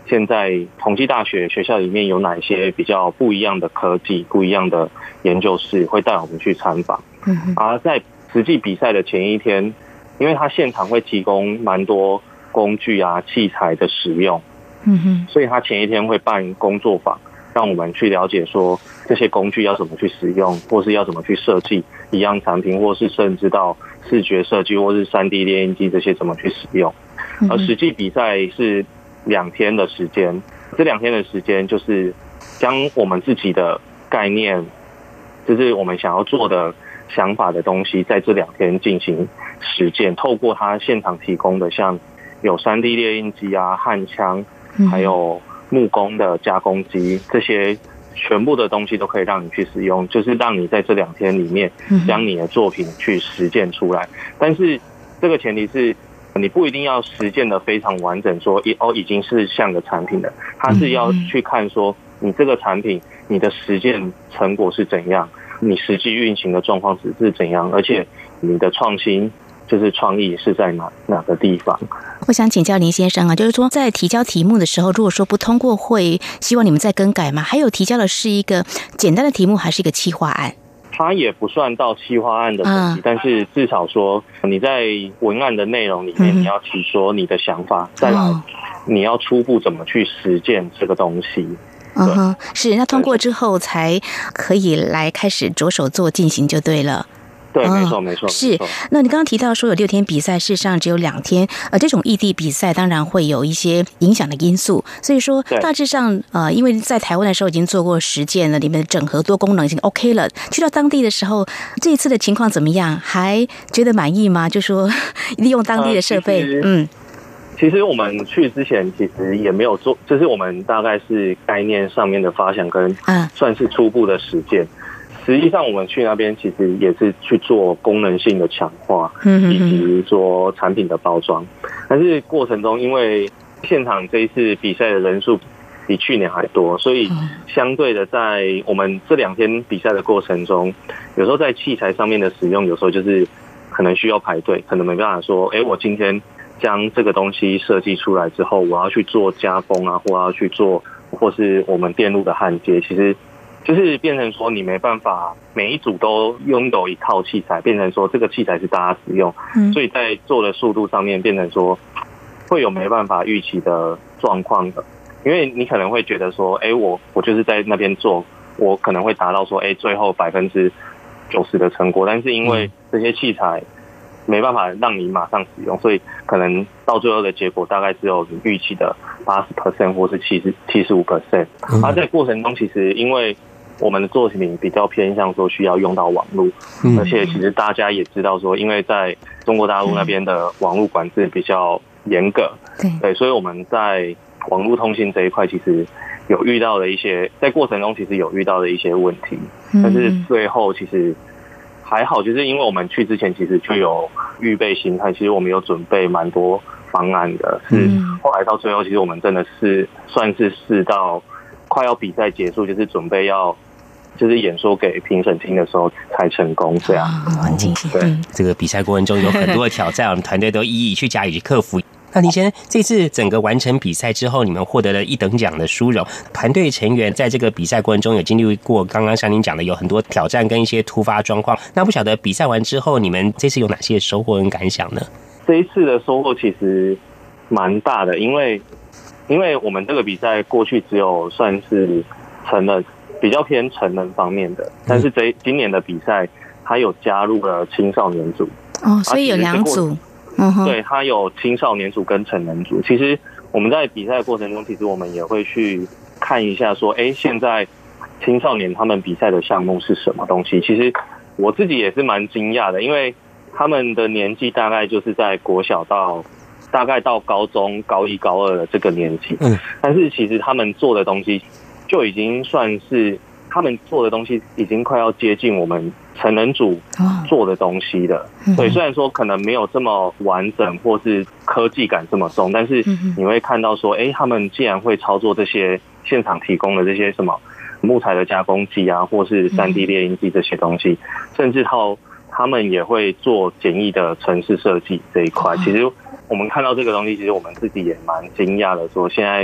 现在统计大学学校里面有哪些比较不一样的科技、不一样的研究室，会带我们去参访。嗯，而在实际比赛的前一天，因为他现场会提供蛮多工具啊、器材的使用，嗯哼，所以他前一天会办工作坊，让我们去了解说这些工具要怎么去使用，或是要怎么去设计一样产品，或是甚至到视觉设计或是 三 D 列印机这些怎么去使用。而实际比赛是两天的时间，这两天的时间就是将我们自己的概念，就是我们想要做的想法的东西，在这两天进行实践，透过他现场提供的像有 三 D 列印机啊、焊枪，还有木工的加工机，这些全部的东西都可以让你去使用，就是让你在这两天里面将你的作品去实践出来。但是这个前提是你不一定要实践的非常完整，说哦已经是像个产品了，它是要去看说你这个产品你的实践成果是怎样，你实际运行的状况是怎样，而且你的创新就是创意是在哪哪个地方。 我想请教林先生啊，就是说在提交题目的时候，如果说不通过会希望你们再更改吗？还有提交的是一个简单的题目还是一个企划案？ 它也不算到企划案的等级、嗯、但是至少说你在文案的内容里面、嗯、你要提说你的想法，再来你要初步怎么去实践这个东西。 嗯哼，是，那通过之后才可以来开始着手做进行就对了。 对，没错没错。 是，那你刚刚提到说有六天比赛，事实上只有两天，呃，这种异地比赛当然会有一些影响的因素，所以说大致上，呃，因为在台湾的时候已经做过实践了，里面的整合多功能已经 OK 了，去到当地的时候，这一次的情况怎么样？还觉得满意吗？就说利用当地的设备，呃、嗯。 其实我们去之前其实也没有做，就是我们大概是概念上面的发想跟算是初步的实践。实际上我们去那边其实也是去做功能性的强化，以及做产品的包装。但是过程中因为现场这一次比赛的人数比去年还多，所以相对的在我们这两天比赛的过程中，有时候在器材上面的使用，有时候就是可能需要排队，可能没办法说哎，我今天将这个东西设计出来之后，我要去做加工啊，或要去做或是我们电路的焊接，其实就是变成说你没办法每一组都拥有一套器材，变成说这个器材是大家使用，嗯、所以在做的速度上面变成说会有没办法预期的状况的。因为你可能会觉得说哎，我我就是在那边做，我可能会达到说哎最后百分之九十的成果，但是因为这些器材没办法让你马上使用，所以可能到最后的结果大概只有你预期的 百分之八十 或是 百分之七十五。而在过程中其实因为我们的作品比较偏向说需要用到网络，而且其实大家也知道说因为在中国大陆那边的网络管制比较严格，对，所以我们在网络通信这一块其实有遇到的一些，在过程中其实有遇到的一些问题，但是最后其实还好，就是因为我们去之前其实就有预备心态，其实我们有准备蛮多方案的，是后来到最后其实我们真的是算是试到快要比赛结束，就是准备要就是演说给评审听的时候才成功，这样很惊喜。 对，这个比赛过程中有很多的挑战，我们团队都一一去加以克服。那林先生，这次整个完成比赛之后，你们获得了一等奖的殊荣。团队成员在这个比赛过程中有经历过刚刚像您讲的有很多挑战跟一些突发状况。那不晓得比赛完之后，你们这次有哪些收获跟感想呢？ 这一次的收获其实蛮大的，因为因为我们这个比赛过去只有算是成人比较偏成人方面的，但是这今年的比赛它有加入了青少年组哦，所以有两组。 嗯、对，它有青少年组跟成人组。其实我们在比赛的过程中，其实我们也会去看一下说，哎，现在青少年他们比赛的项目是什么东西。其实我自己也是蛮惊讶的，因为他们的年纪大概就是在国小到大概到高中高一高二的这个年纪，嗯，但是其实他们做的东西就已经算是他们做的东西已经快要接近我们成人组做的东西了。对，虽然说可能没有这么完整或是科技感这么重，但是你会看到说，哎，他们既然会操作这些现场提供的这些什么木材的加工机啊，或是 三 D 列印机这些东西，甚至到他们也会做简易的程式设计这一块。其实我们看到这个东西，其实我们自己也蛮惊讶的，说现在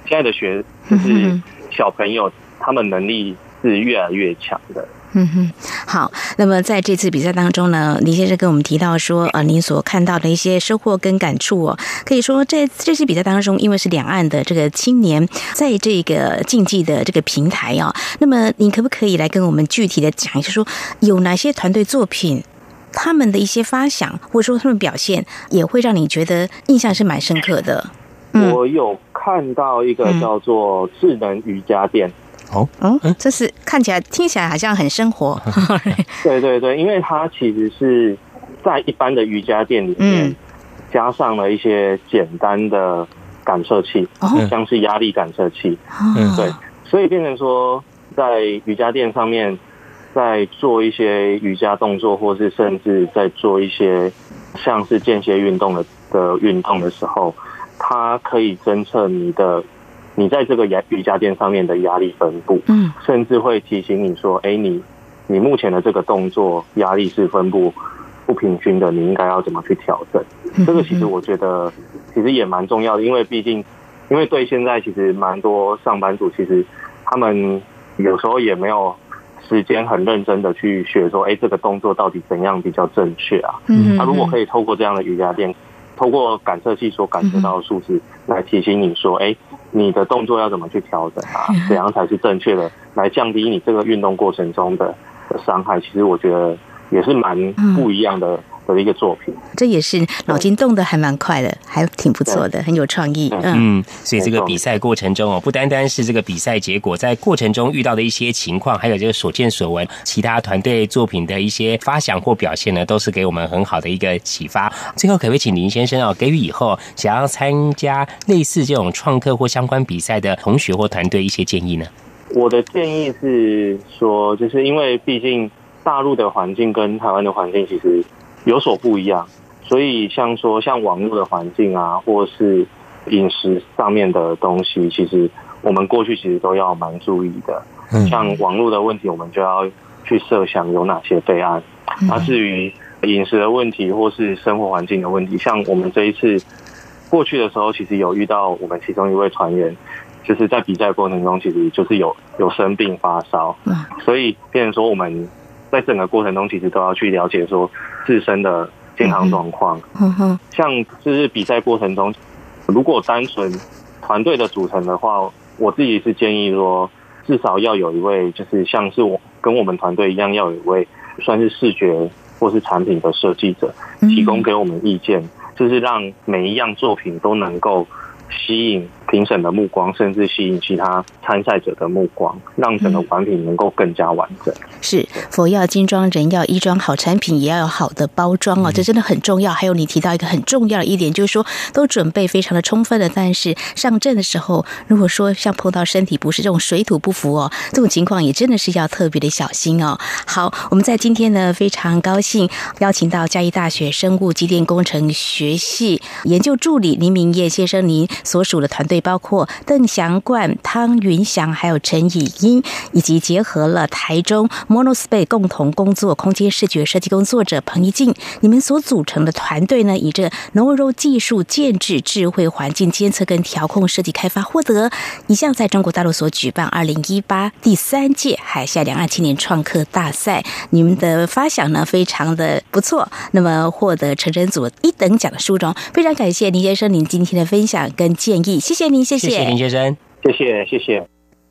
现在的学就是小朋友，他们能力是越来越强的。 嗯哼，好。那么在这次比赛当中呢，林先生跟我们提到说，呃，您所看到的一些收获跟感触哦，可以说在这次比赛当中，因为是两岸的这个青年在这个竞技的这个平台啊、哦，那么您可不可以来跟我们具体的讲一下，说有哪些团队作品，他们的一些发想，或者说他们表现，也会让你觉得印象是蛮深刻的？ 嗯、我有看到一个叫做智能瑜伽垫。 哦哦，这是看起来听起来好像很生活。 对对对，因为它其实是在一般的瑜伽垫里面加上了一些简单的感测器，哦、像是压力感测器。哦、对，所以变成说在瑜伽垫上面，在做一些瑜伽动作，或是甚至在做一些像是间歇运动的的运动的时候，它可以侦测你的。你在这个瑜伽垫上面的压力分布，嗯，甚至会提醒你说，哎，你你目前的这个动作压力是分布不平均的，你应该要怎么去调整？嗯、这个其实我觉得其实也蛮重要的，因为毕竟，因为对现在其实蛮多上班族，其实他们有时候也没有时间很认真的去学说，哎，这个动作到底怎样比较正确啊？嗯，那、啊、如果可以透过这样的瑜伽垫，透过感测器所感测到的数字来提醒你说，哎，你的动作要怎么去调整啊？怎样才是正确的，来降低你这个运动过程中的的伤害？其实我觉得也是蛮不一样的。的一个作品， 这也是脑筋动得还蛮快的，还挺不错的，很有创意。 嗯, 嗯，所以这个比赛过程中哦，不单单是这个比赛结果，在过程中遇到的一些情况，还有这个所见所闻，其他团队作品的一些发想或表现呢，都是给我们很好的一个启发。最后，可不可以请林先生哦，给予以后想要参加类似这种创客或相关比赛的同学或团队一些建议呢？ 我的建议是说，就是因为毕竟大陆的环境跟台湾的环境其实有所不一样，所以像说像网络的环境啊，或是饮食上面的东西，其实我们过去其实都要蛮注意的。嗯、像网络的问题，我们就要去设想有哪些备案。嗯、那至于饮食的问题或是生活环境的问题，像我们这一次过去的时候，其实有遇到我们其中一位团员，就是在比赛过程中，其实就是有有生病发烧，嗯、所以变成说我们在整个过程中，其实都要去了解说自身的健康状况。嗯哼，像就是比赛过程中，如果单纯团队的组成的话，我自己是建议说，至少要有一位，就是像是我跟我们团队一样，要有一位算是视觉或是产品的设计者，提供给我们意见，就是让每一样作品都能够吸引评审的目光，甚至吸引其他参赛者的目光，让整个产品能够更加完整。 是，佛要金装，人要衣装，好产品也要有好的包装哦，这真的很重要。还有你提到一个很重要的一点，就是说都准备非常的充分了，但是上阵的时候，如果说像碰到身体不适这种水土不服哦，这种情况也真的是要特别的小心哦。好，我们在今天呢非常高兴邀请到嘉义大学生物机电工程学系研究助理林明业先生，您所属的团队包括邓祥冠、汤云祥还有陈以英，以及结合了台中 Monospace 共同工作空间视觉设计工作者彭怡静，你们所组成的团队呢，以这 Noro 技术建制智慧环境监测跟调控设计开发，获得一项在中国大陆所举办二零一八第三届海峡两岸青年创客大赛，你们的发想呢非常的不错，那么获得成人组一等奖的殊荣，非常感谢林先生您今天的分享跟建议，谢谢您，谢谢， 谢谢林先生， 谢谢，谢谢。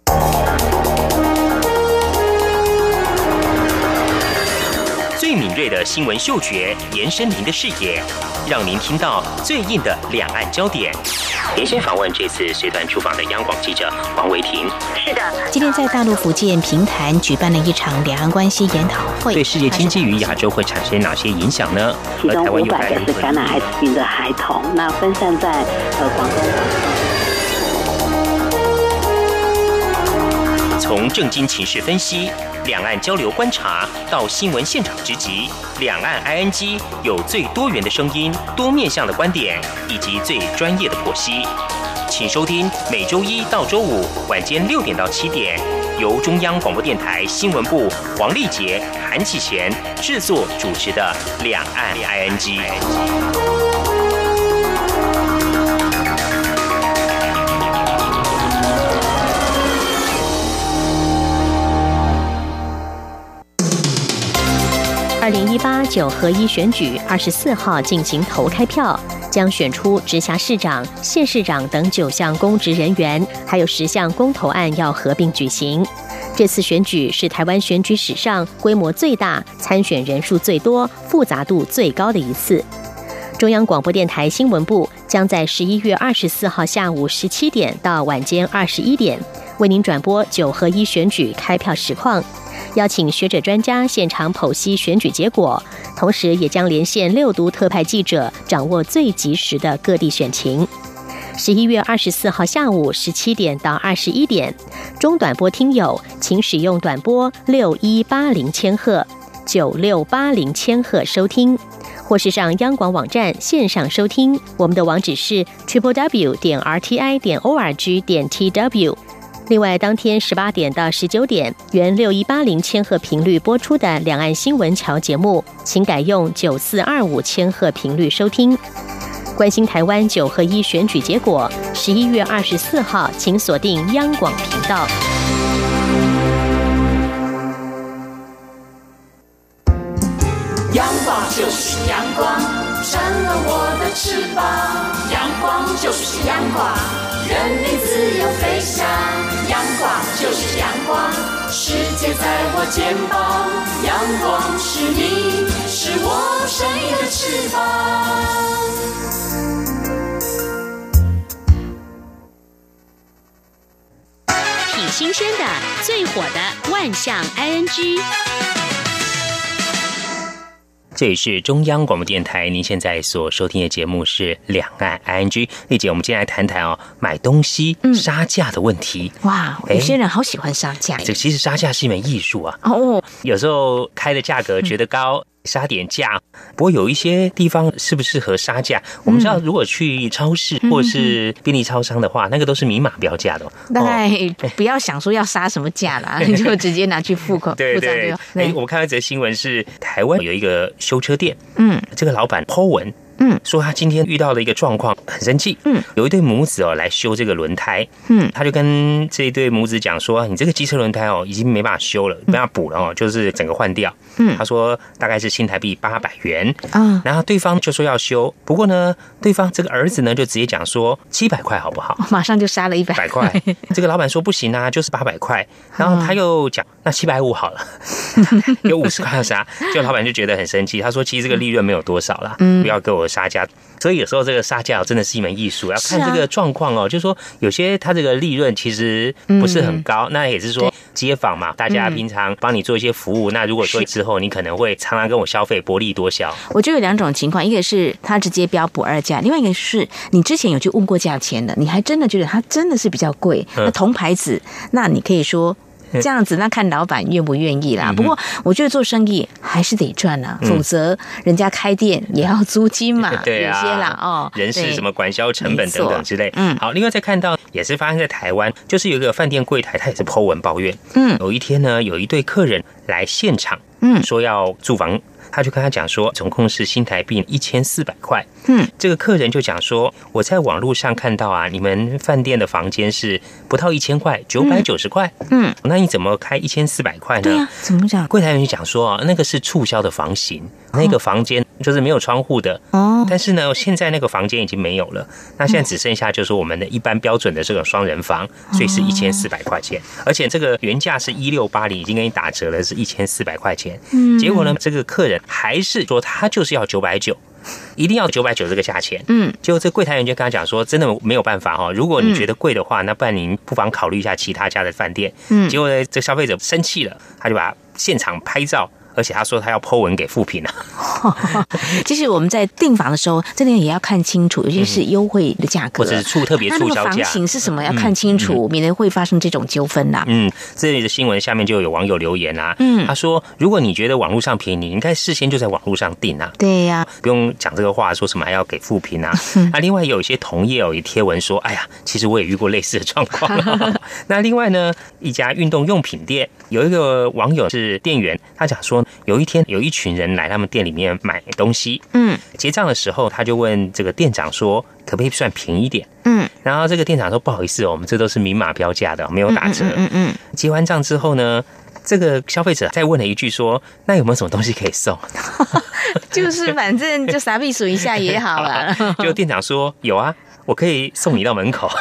最敏锐的新闻嗅觉，延伸您的视野，让您听到最硬的两岸焦点。连线访问这次随团出访的央广记者黄维婷。 是的， 今天在大陆福建平潭举办了一场两岸关系研讨会， 对世界经济与亚洲会产生哪些影响呢？ 其中五百个是感染艾滋病的孩童，那分散在呃广东。 从政经情势分析、两岸交流观察到新闻现场直击，两岸 I N G 有最多元的声音、多面向的观点以及最专业的剖析。请收听每周一到周五晚间六点到七点，由中央广播电台新闻部黄丽杰、韩启贤制作主持的《两岸 I N G》。 二零一八九合一选举二十四号进行投开票，将选出直辖市长、县市长等九项公职人员，还有十项公投案要合并举行。这次选举是台湾选举史上规模最大、参选人数最多、复杂度最高的一次。中央广播电台新闻部将在十一月二十四号下午十七点到晚间二十一点，为您转播九合一选举开票实况，邀请学者专家现场剖析选举结果，同时也将连线六都特派记者，掌握最及时的各地选情。十一月二十四号下午十七点到二十一点，中短波听友请使用短波六一八零千赫、九六八零千赫收听，或是上央广网站线上收听。我们的网址是 triple w 点 r t i 点 o r g 点 t w。另外，当天十八点到十九点，原六一八零千赫频率播出的两岸新闻桥节目，请改用九四二五千赫频率收听。关心台湾九合一选举结果，十一月二十四号，请锁定央广频道。 阳光就是阳光，扇了我的翅膀。阳光就是阳光，人民自由飞翔。阳光就是阳光，世界在我肩膀。阳光是你，是我生命的翅膀。 挺新鲜的，最火的万象 I N G。 这里是中央广播电台，您现在所收听的节目是两岸 I N G。丽姐，我们今天来谈谈哦，买东西杀价的问题。 嗯、哇，有些人好喜欢杀价。 这其实杀价是一门艺术啊。 哦， 有时候开的价格觉得高。嗯，杀点价，不过有一些地方适不适合杀价？我们知道，如果去超市或者是便利超商的话，那个都是明码标价的、哦。 大概不要想说要杀什么价啦，你就直接拿去付口。 对对。哎，我们看到一则新闻是台湾有一个修车店，嗯，这个老板 po 文。嗯，说他今天遇到了一个状况，很生气。嗯，有一对母子哦来修这个轮胎。嗯，他就跟这一对母子讲说：“你这个机车轮胎哦，已经没办法修了，没办法补了哦，就是整个换掉。”嗯，他说大概是新台币八百元。啊，然后对方就说要修，不过呢，对方这个儿子呢就直接讲说七百块好不好？ 马上就杀了一百块。这个老板说不行啊，就是八百块。然后他又讲那七百五好了，有五十块要杀。就老板就觉得很生气，他说其实这个利润没有多少啦，不要给我杀价。所以有时候这个杀价真的是一门艺术，要看这个状况哦。就是说有些他这个利润其实不是很高，那也是说街坊嘛，大家平常帮你做一些服务。那如果说之后你可能会常常跟我消费，薄利多销。 我觉得有两种情况，一个是他直接标不二价，另外一个是你之前有去问过价钱的，你还真的觉得他真的是比较贵。那同牌子，那你可以说。这样子，那看老板愿不愿意啦。不过我觉得做生意还是得赚啊，否则人家开店也要租金嘛， 对啊， 有些啦哦， 人事什么管销成本等等之类。嗯，好，另外再看到也是发生在台湾，就是有一个饭店柜台，他也是 po 文抱怨。嗯，有一天呢，有一对客人来现场，嗯，说要住房。他就跟他讲说，总共是新台币一千四百块。嗯，这个客人就讲说，我在网络上看到啊，你们饭店的房间是不到一千块，九百九十块。嗯，那你怎么开一千四百块呢？ 对呀、啊，怎么讲？ 柜台人就讲说啊，那个是促销的房型，那个房间就是没有窗户的。哦，但是呢，现在那个房间已经没有了，那现在只剩下就是我们的一般标准的这种双人房，所以是一千四百块钱，而且这个原价是一六八零，已经给你打折了，是一千四百块钱。嗯，结果呢，这个客人还是说他就是要九百九，一定要九百九这个价钱。嗯，结果这柜台员就跟他讲说，真的没有办法哈，如果你觉得贵的话，那不然您不妨考虑一下其他家的饭店。嗯，结果呢，这消费者生气了，他就把现场拍照。而且他说他要 po 文给负评啊。 其实我们在订房的时候，真的也要看清楚，尤其是优惠的价格， 或者是促特别促销价， 那房型是什么要看清楚，免得会发生这种纠纷啦。 嗯，这里的新闻下面就有网友留言啊，嗯，他说如果你觉得网络上便宜，你应该事先就在网络上订啊。 对呀、啊， 不用讲这个话，说什么还要给负评啊。那、啊、另外有一些同业哦也贴文说，哎呀，其实我也遇过类似的状况、哦。那另外呢，一家运动用品店有一个网友是店员，他讲说。有一天，有一群人来他们店里面买东西，嗯，结账的时候，他就问这个店长说，可不可以算便宜一点？嗯，然后这个店长说，不好意思哦，我们这都是明码标价的，没有打折。嗯 嗯, 嗯, 嗯，结完账之后呢， 这个消费者再问了一句说：“那有没有什么东西可以送？” 就是反正就傻避暑一下也好了。 就店长说：“有啊，我可以送你到门口。”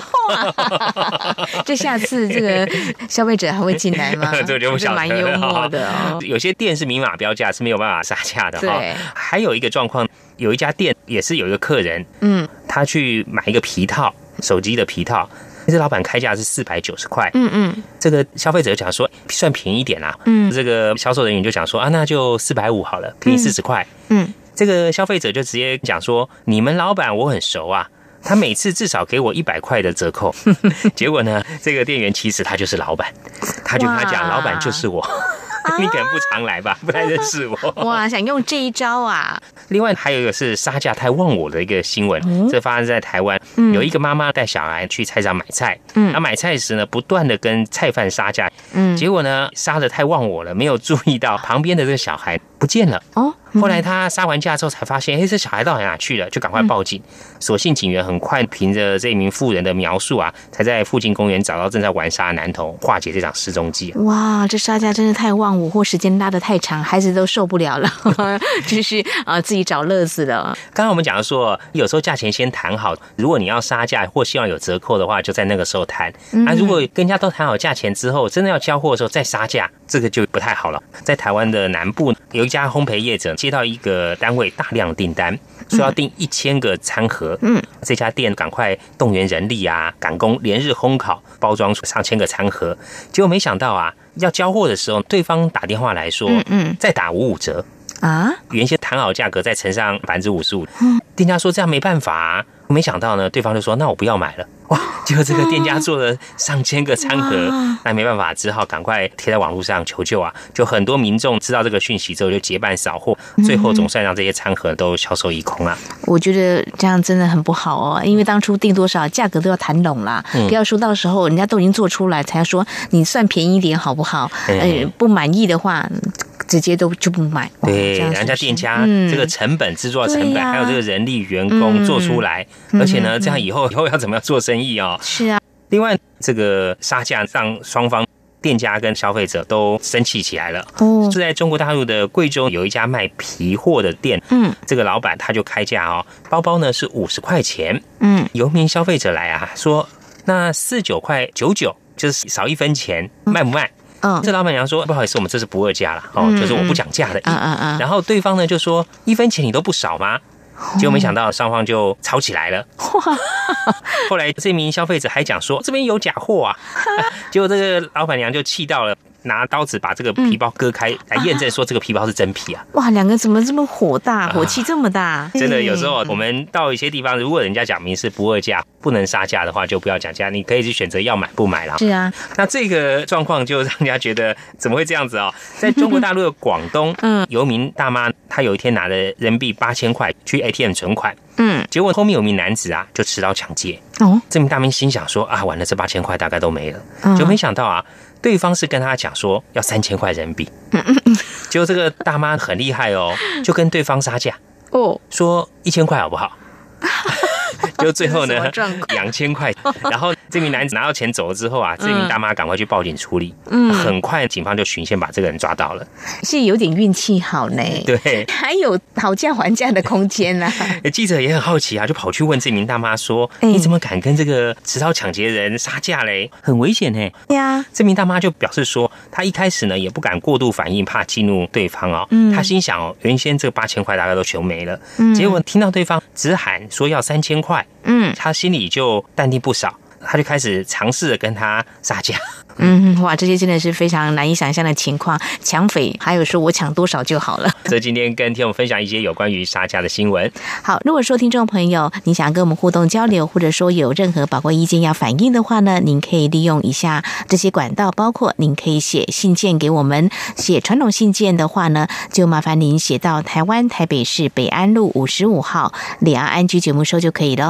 这下次这个消费者还会进来吗？ 这就不晓得， 蛮幽默的哦。 有些店是明码标价，是没有办法杀价的哈。 对， 还有一个状况，有一家店也是有一个客人，嗯，他去买一个皮套，手机的皮套。这老板开价是四百九十块，嗯嗯，这个消费者讲说算便宜一点啦，嗯，这个销售人员就讲说啊，那就四百五好了，便宜四十块，嗯，这个消费者就直接讲说，你们老板我很熟啊，他每次至少给我一百块的折扣，结果呢，这个店员其实他就是老板，他就跟他讲，老板就是我。你可能不常来吧，不太认识我。 哇，想用这一招啊！ 另外还有一个是杀价太忘我的一个新闻，嗯、这发生在台湾，嗯、有一个妈妈带小孩去菜场买菜，嗯，那买菜时呢，不断的跟菜贩杀价，嗯，结果呢，杀的太忘我了，没有注意到旁边的这个小孩不见了哦。后来他杀完价之后才发现，哎，这小孩到哪去了？就赶快报警。所幸警员很快凭着这名妇人的描述啊，才在附近公园找到正在玩沙的男童，化解这场失踪记。 哇，这杀价真是太忘我，或时间拉得太长，孩子都受不了了，就是啊、呃、自己找乐子了。 刚刚我们讲说，有时候价钱先谈好，如果你要杀价或希望有折扣的话，就在那个时候谈。嗯、啊，如果跟人家都谈好价钱之后，真的要交货的时候再杀价，这个就不太好了。在台湾的南部有一家烘焙业者接到一个单位大量订单，说要订一千个餐盒。嗯，这家店赶快动员人力啊，赶工连日烘烤，包装出上千个餐盒。结果没想到啊，要交货的时候，对方打电话来说，嗯嗯，再打五五折啊，原先谈好价格再乘上百分之五十五。店家说这样没办法啊，没想到呢，对方就说那我不要买了。哇！结果这个店家做了上千个餐盒，那没办法，只好赶快贴在网络上求救啊！就很多民众知道这个讯息之后，就结伴扫货，最后总算让这些餐盒都销售一空了。 我觉得这样真的很不好哦，因为当初定多少价格都要谈拢啦，嗯、不要说到时候人家都已经做出来，才说你算便宜一点好不好？嗯、呃，不满意的话。直接都就不买， 对，人家店家这个成本、制作成本，还有这个人力、员工做出来，而且呢，这样以后以后要怎么样做生意哦？ 是啊。 另外，这个杀价让双方店家跟消费者都生气起来了。哦，是在中国大陆的贵州有一家卖皮货的店，嗯，这个老板他就开价哦，包包呢是五十块钱，嗯，有名消费者来啊说，那四九块九九就是少一分钱，卖不卖？嗯，这老板娘说不好意思，我们这是不二价了哦，就是我不讲价的意。嗯嗯嗯。然后对方呢就说一分钱你都不少吗？结果没想到双方就吵起来了。哇！后来这名消费者还讲说这边有假货啊，结果这个老板娘就气到了。拿刀子把这个皮包割开，来验证说这个皮包是真皮啊！ 哇，两个怎么这么火大，火气这么大？啊、 真的，有时候我们到一些地方，如果人家讲明是不二价，不能杀价的话，就不要讲价，你可以去选择要买不买啦。 是啊， 那这个状况就让人家觉得怎么会这样子哦？在中国大陆的广东，嗯，有一名大妈，她有一天拿了人民币八千块去 A T M 存款，嗯，结果后面有名男子啊就持刀抢劫。哦，这名大妈心想说啊，完了，这八千块大概都没了，嗯、就没想到啊。对方是跟他讲说要三千块人民币，结果这个大妈很厉害哦，就跟对方杀价哦，说一千块好不好？就最后呢，两千块。然后这名男子拿到钱走了之后啊，这名大妈赶快去报警处理。嗯，很快警方就循线把这个人抓到了。 是有点运气好呢。 对， 还有讨价还价的空间啊。 记者也很好奇啊，就跑去问这名大妈说：“你怎么敢跟这个持刀抢劫人杀价嘞？很危险呢。” 对啊， 这名大妈就表示说，她一开始呢也不敢过度反应，怕激怒对方哦。嗯，她心想哦，原先这个八千块大概都全没了。嗯，结果听到对方只喊说要三千块。嗯，他心里就淡定不少，他就开始尝试着跟他杀价。 嗯，哇，这些真的是非常难以想象的情况。抢匪还有说我抢多少就好了。 所以今天跟听众分享一些有关于杀价的新闻。 好，如果说听众朋友你想跟我们互动交流，或者说有任何宝贵意见要反映的话呢，您可以利用一下这些管道，包括您可以写信件给我们，写传统信件的话呢，就麻烦您写到台湾台北市北安路五十五号两岸安居节目收就可以了。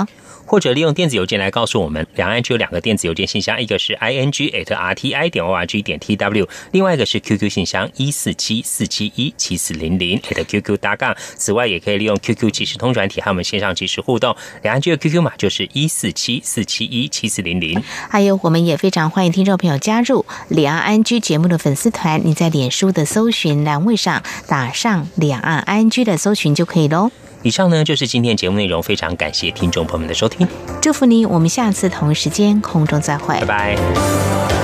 或者利用电子邮件来告诉我们。两岸只有两个电子邮件信箱，一个是 i n g at r t i 点 o r g 点 t w， 另外一个是 Q Q 信箱一四七四七一七四零零 at Q Q 搭杠。此外，也可以利用 Q Q 即时通转体和我们线上即时互动。两岸居的 Q Q 码就是一四七四七一七四零零。 还有，我们也非常欢迎听众朋友加入两岸安居节目的粉丝团，你在脸书的搜寻栏位上打上两岸安居的搜寻就可以喽。 以上呢就是今天节目内容，非常感谢听众朋友们的收听， 祝福你，我们下次同一时间空中再会， 拜拜。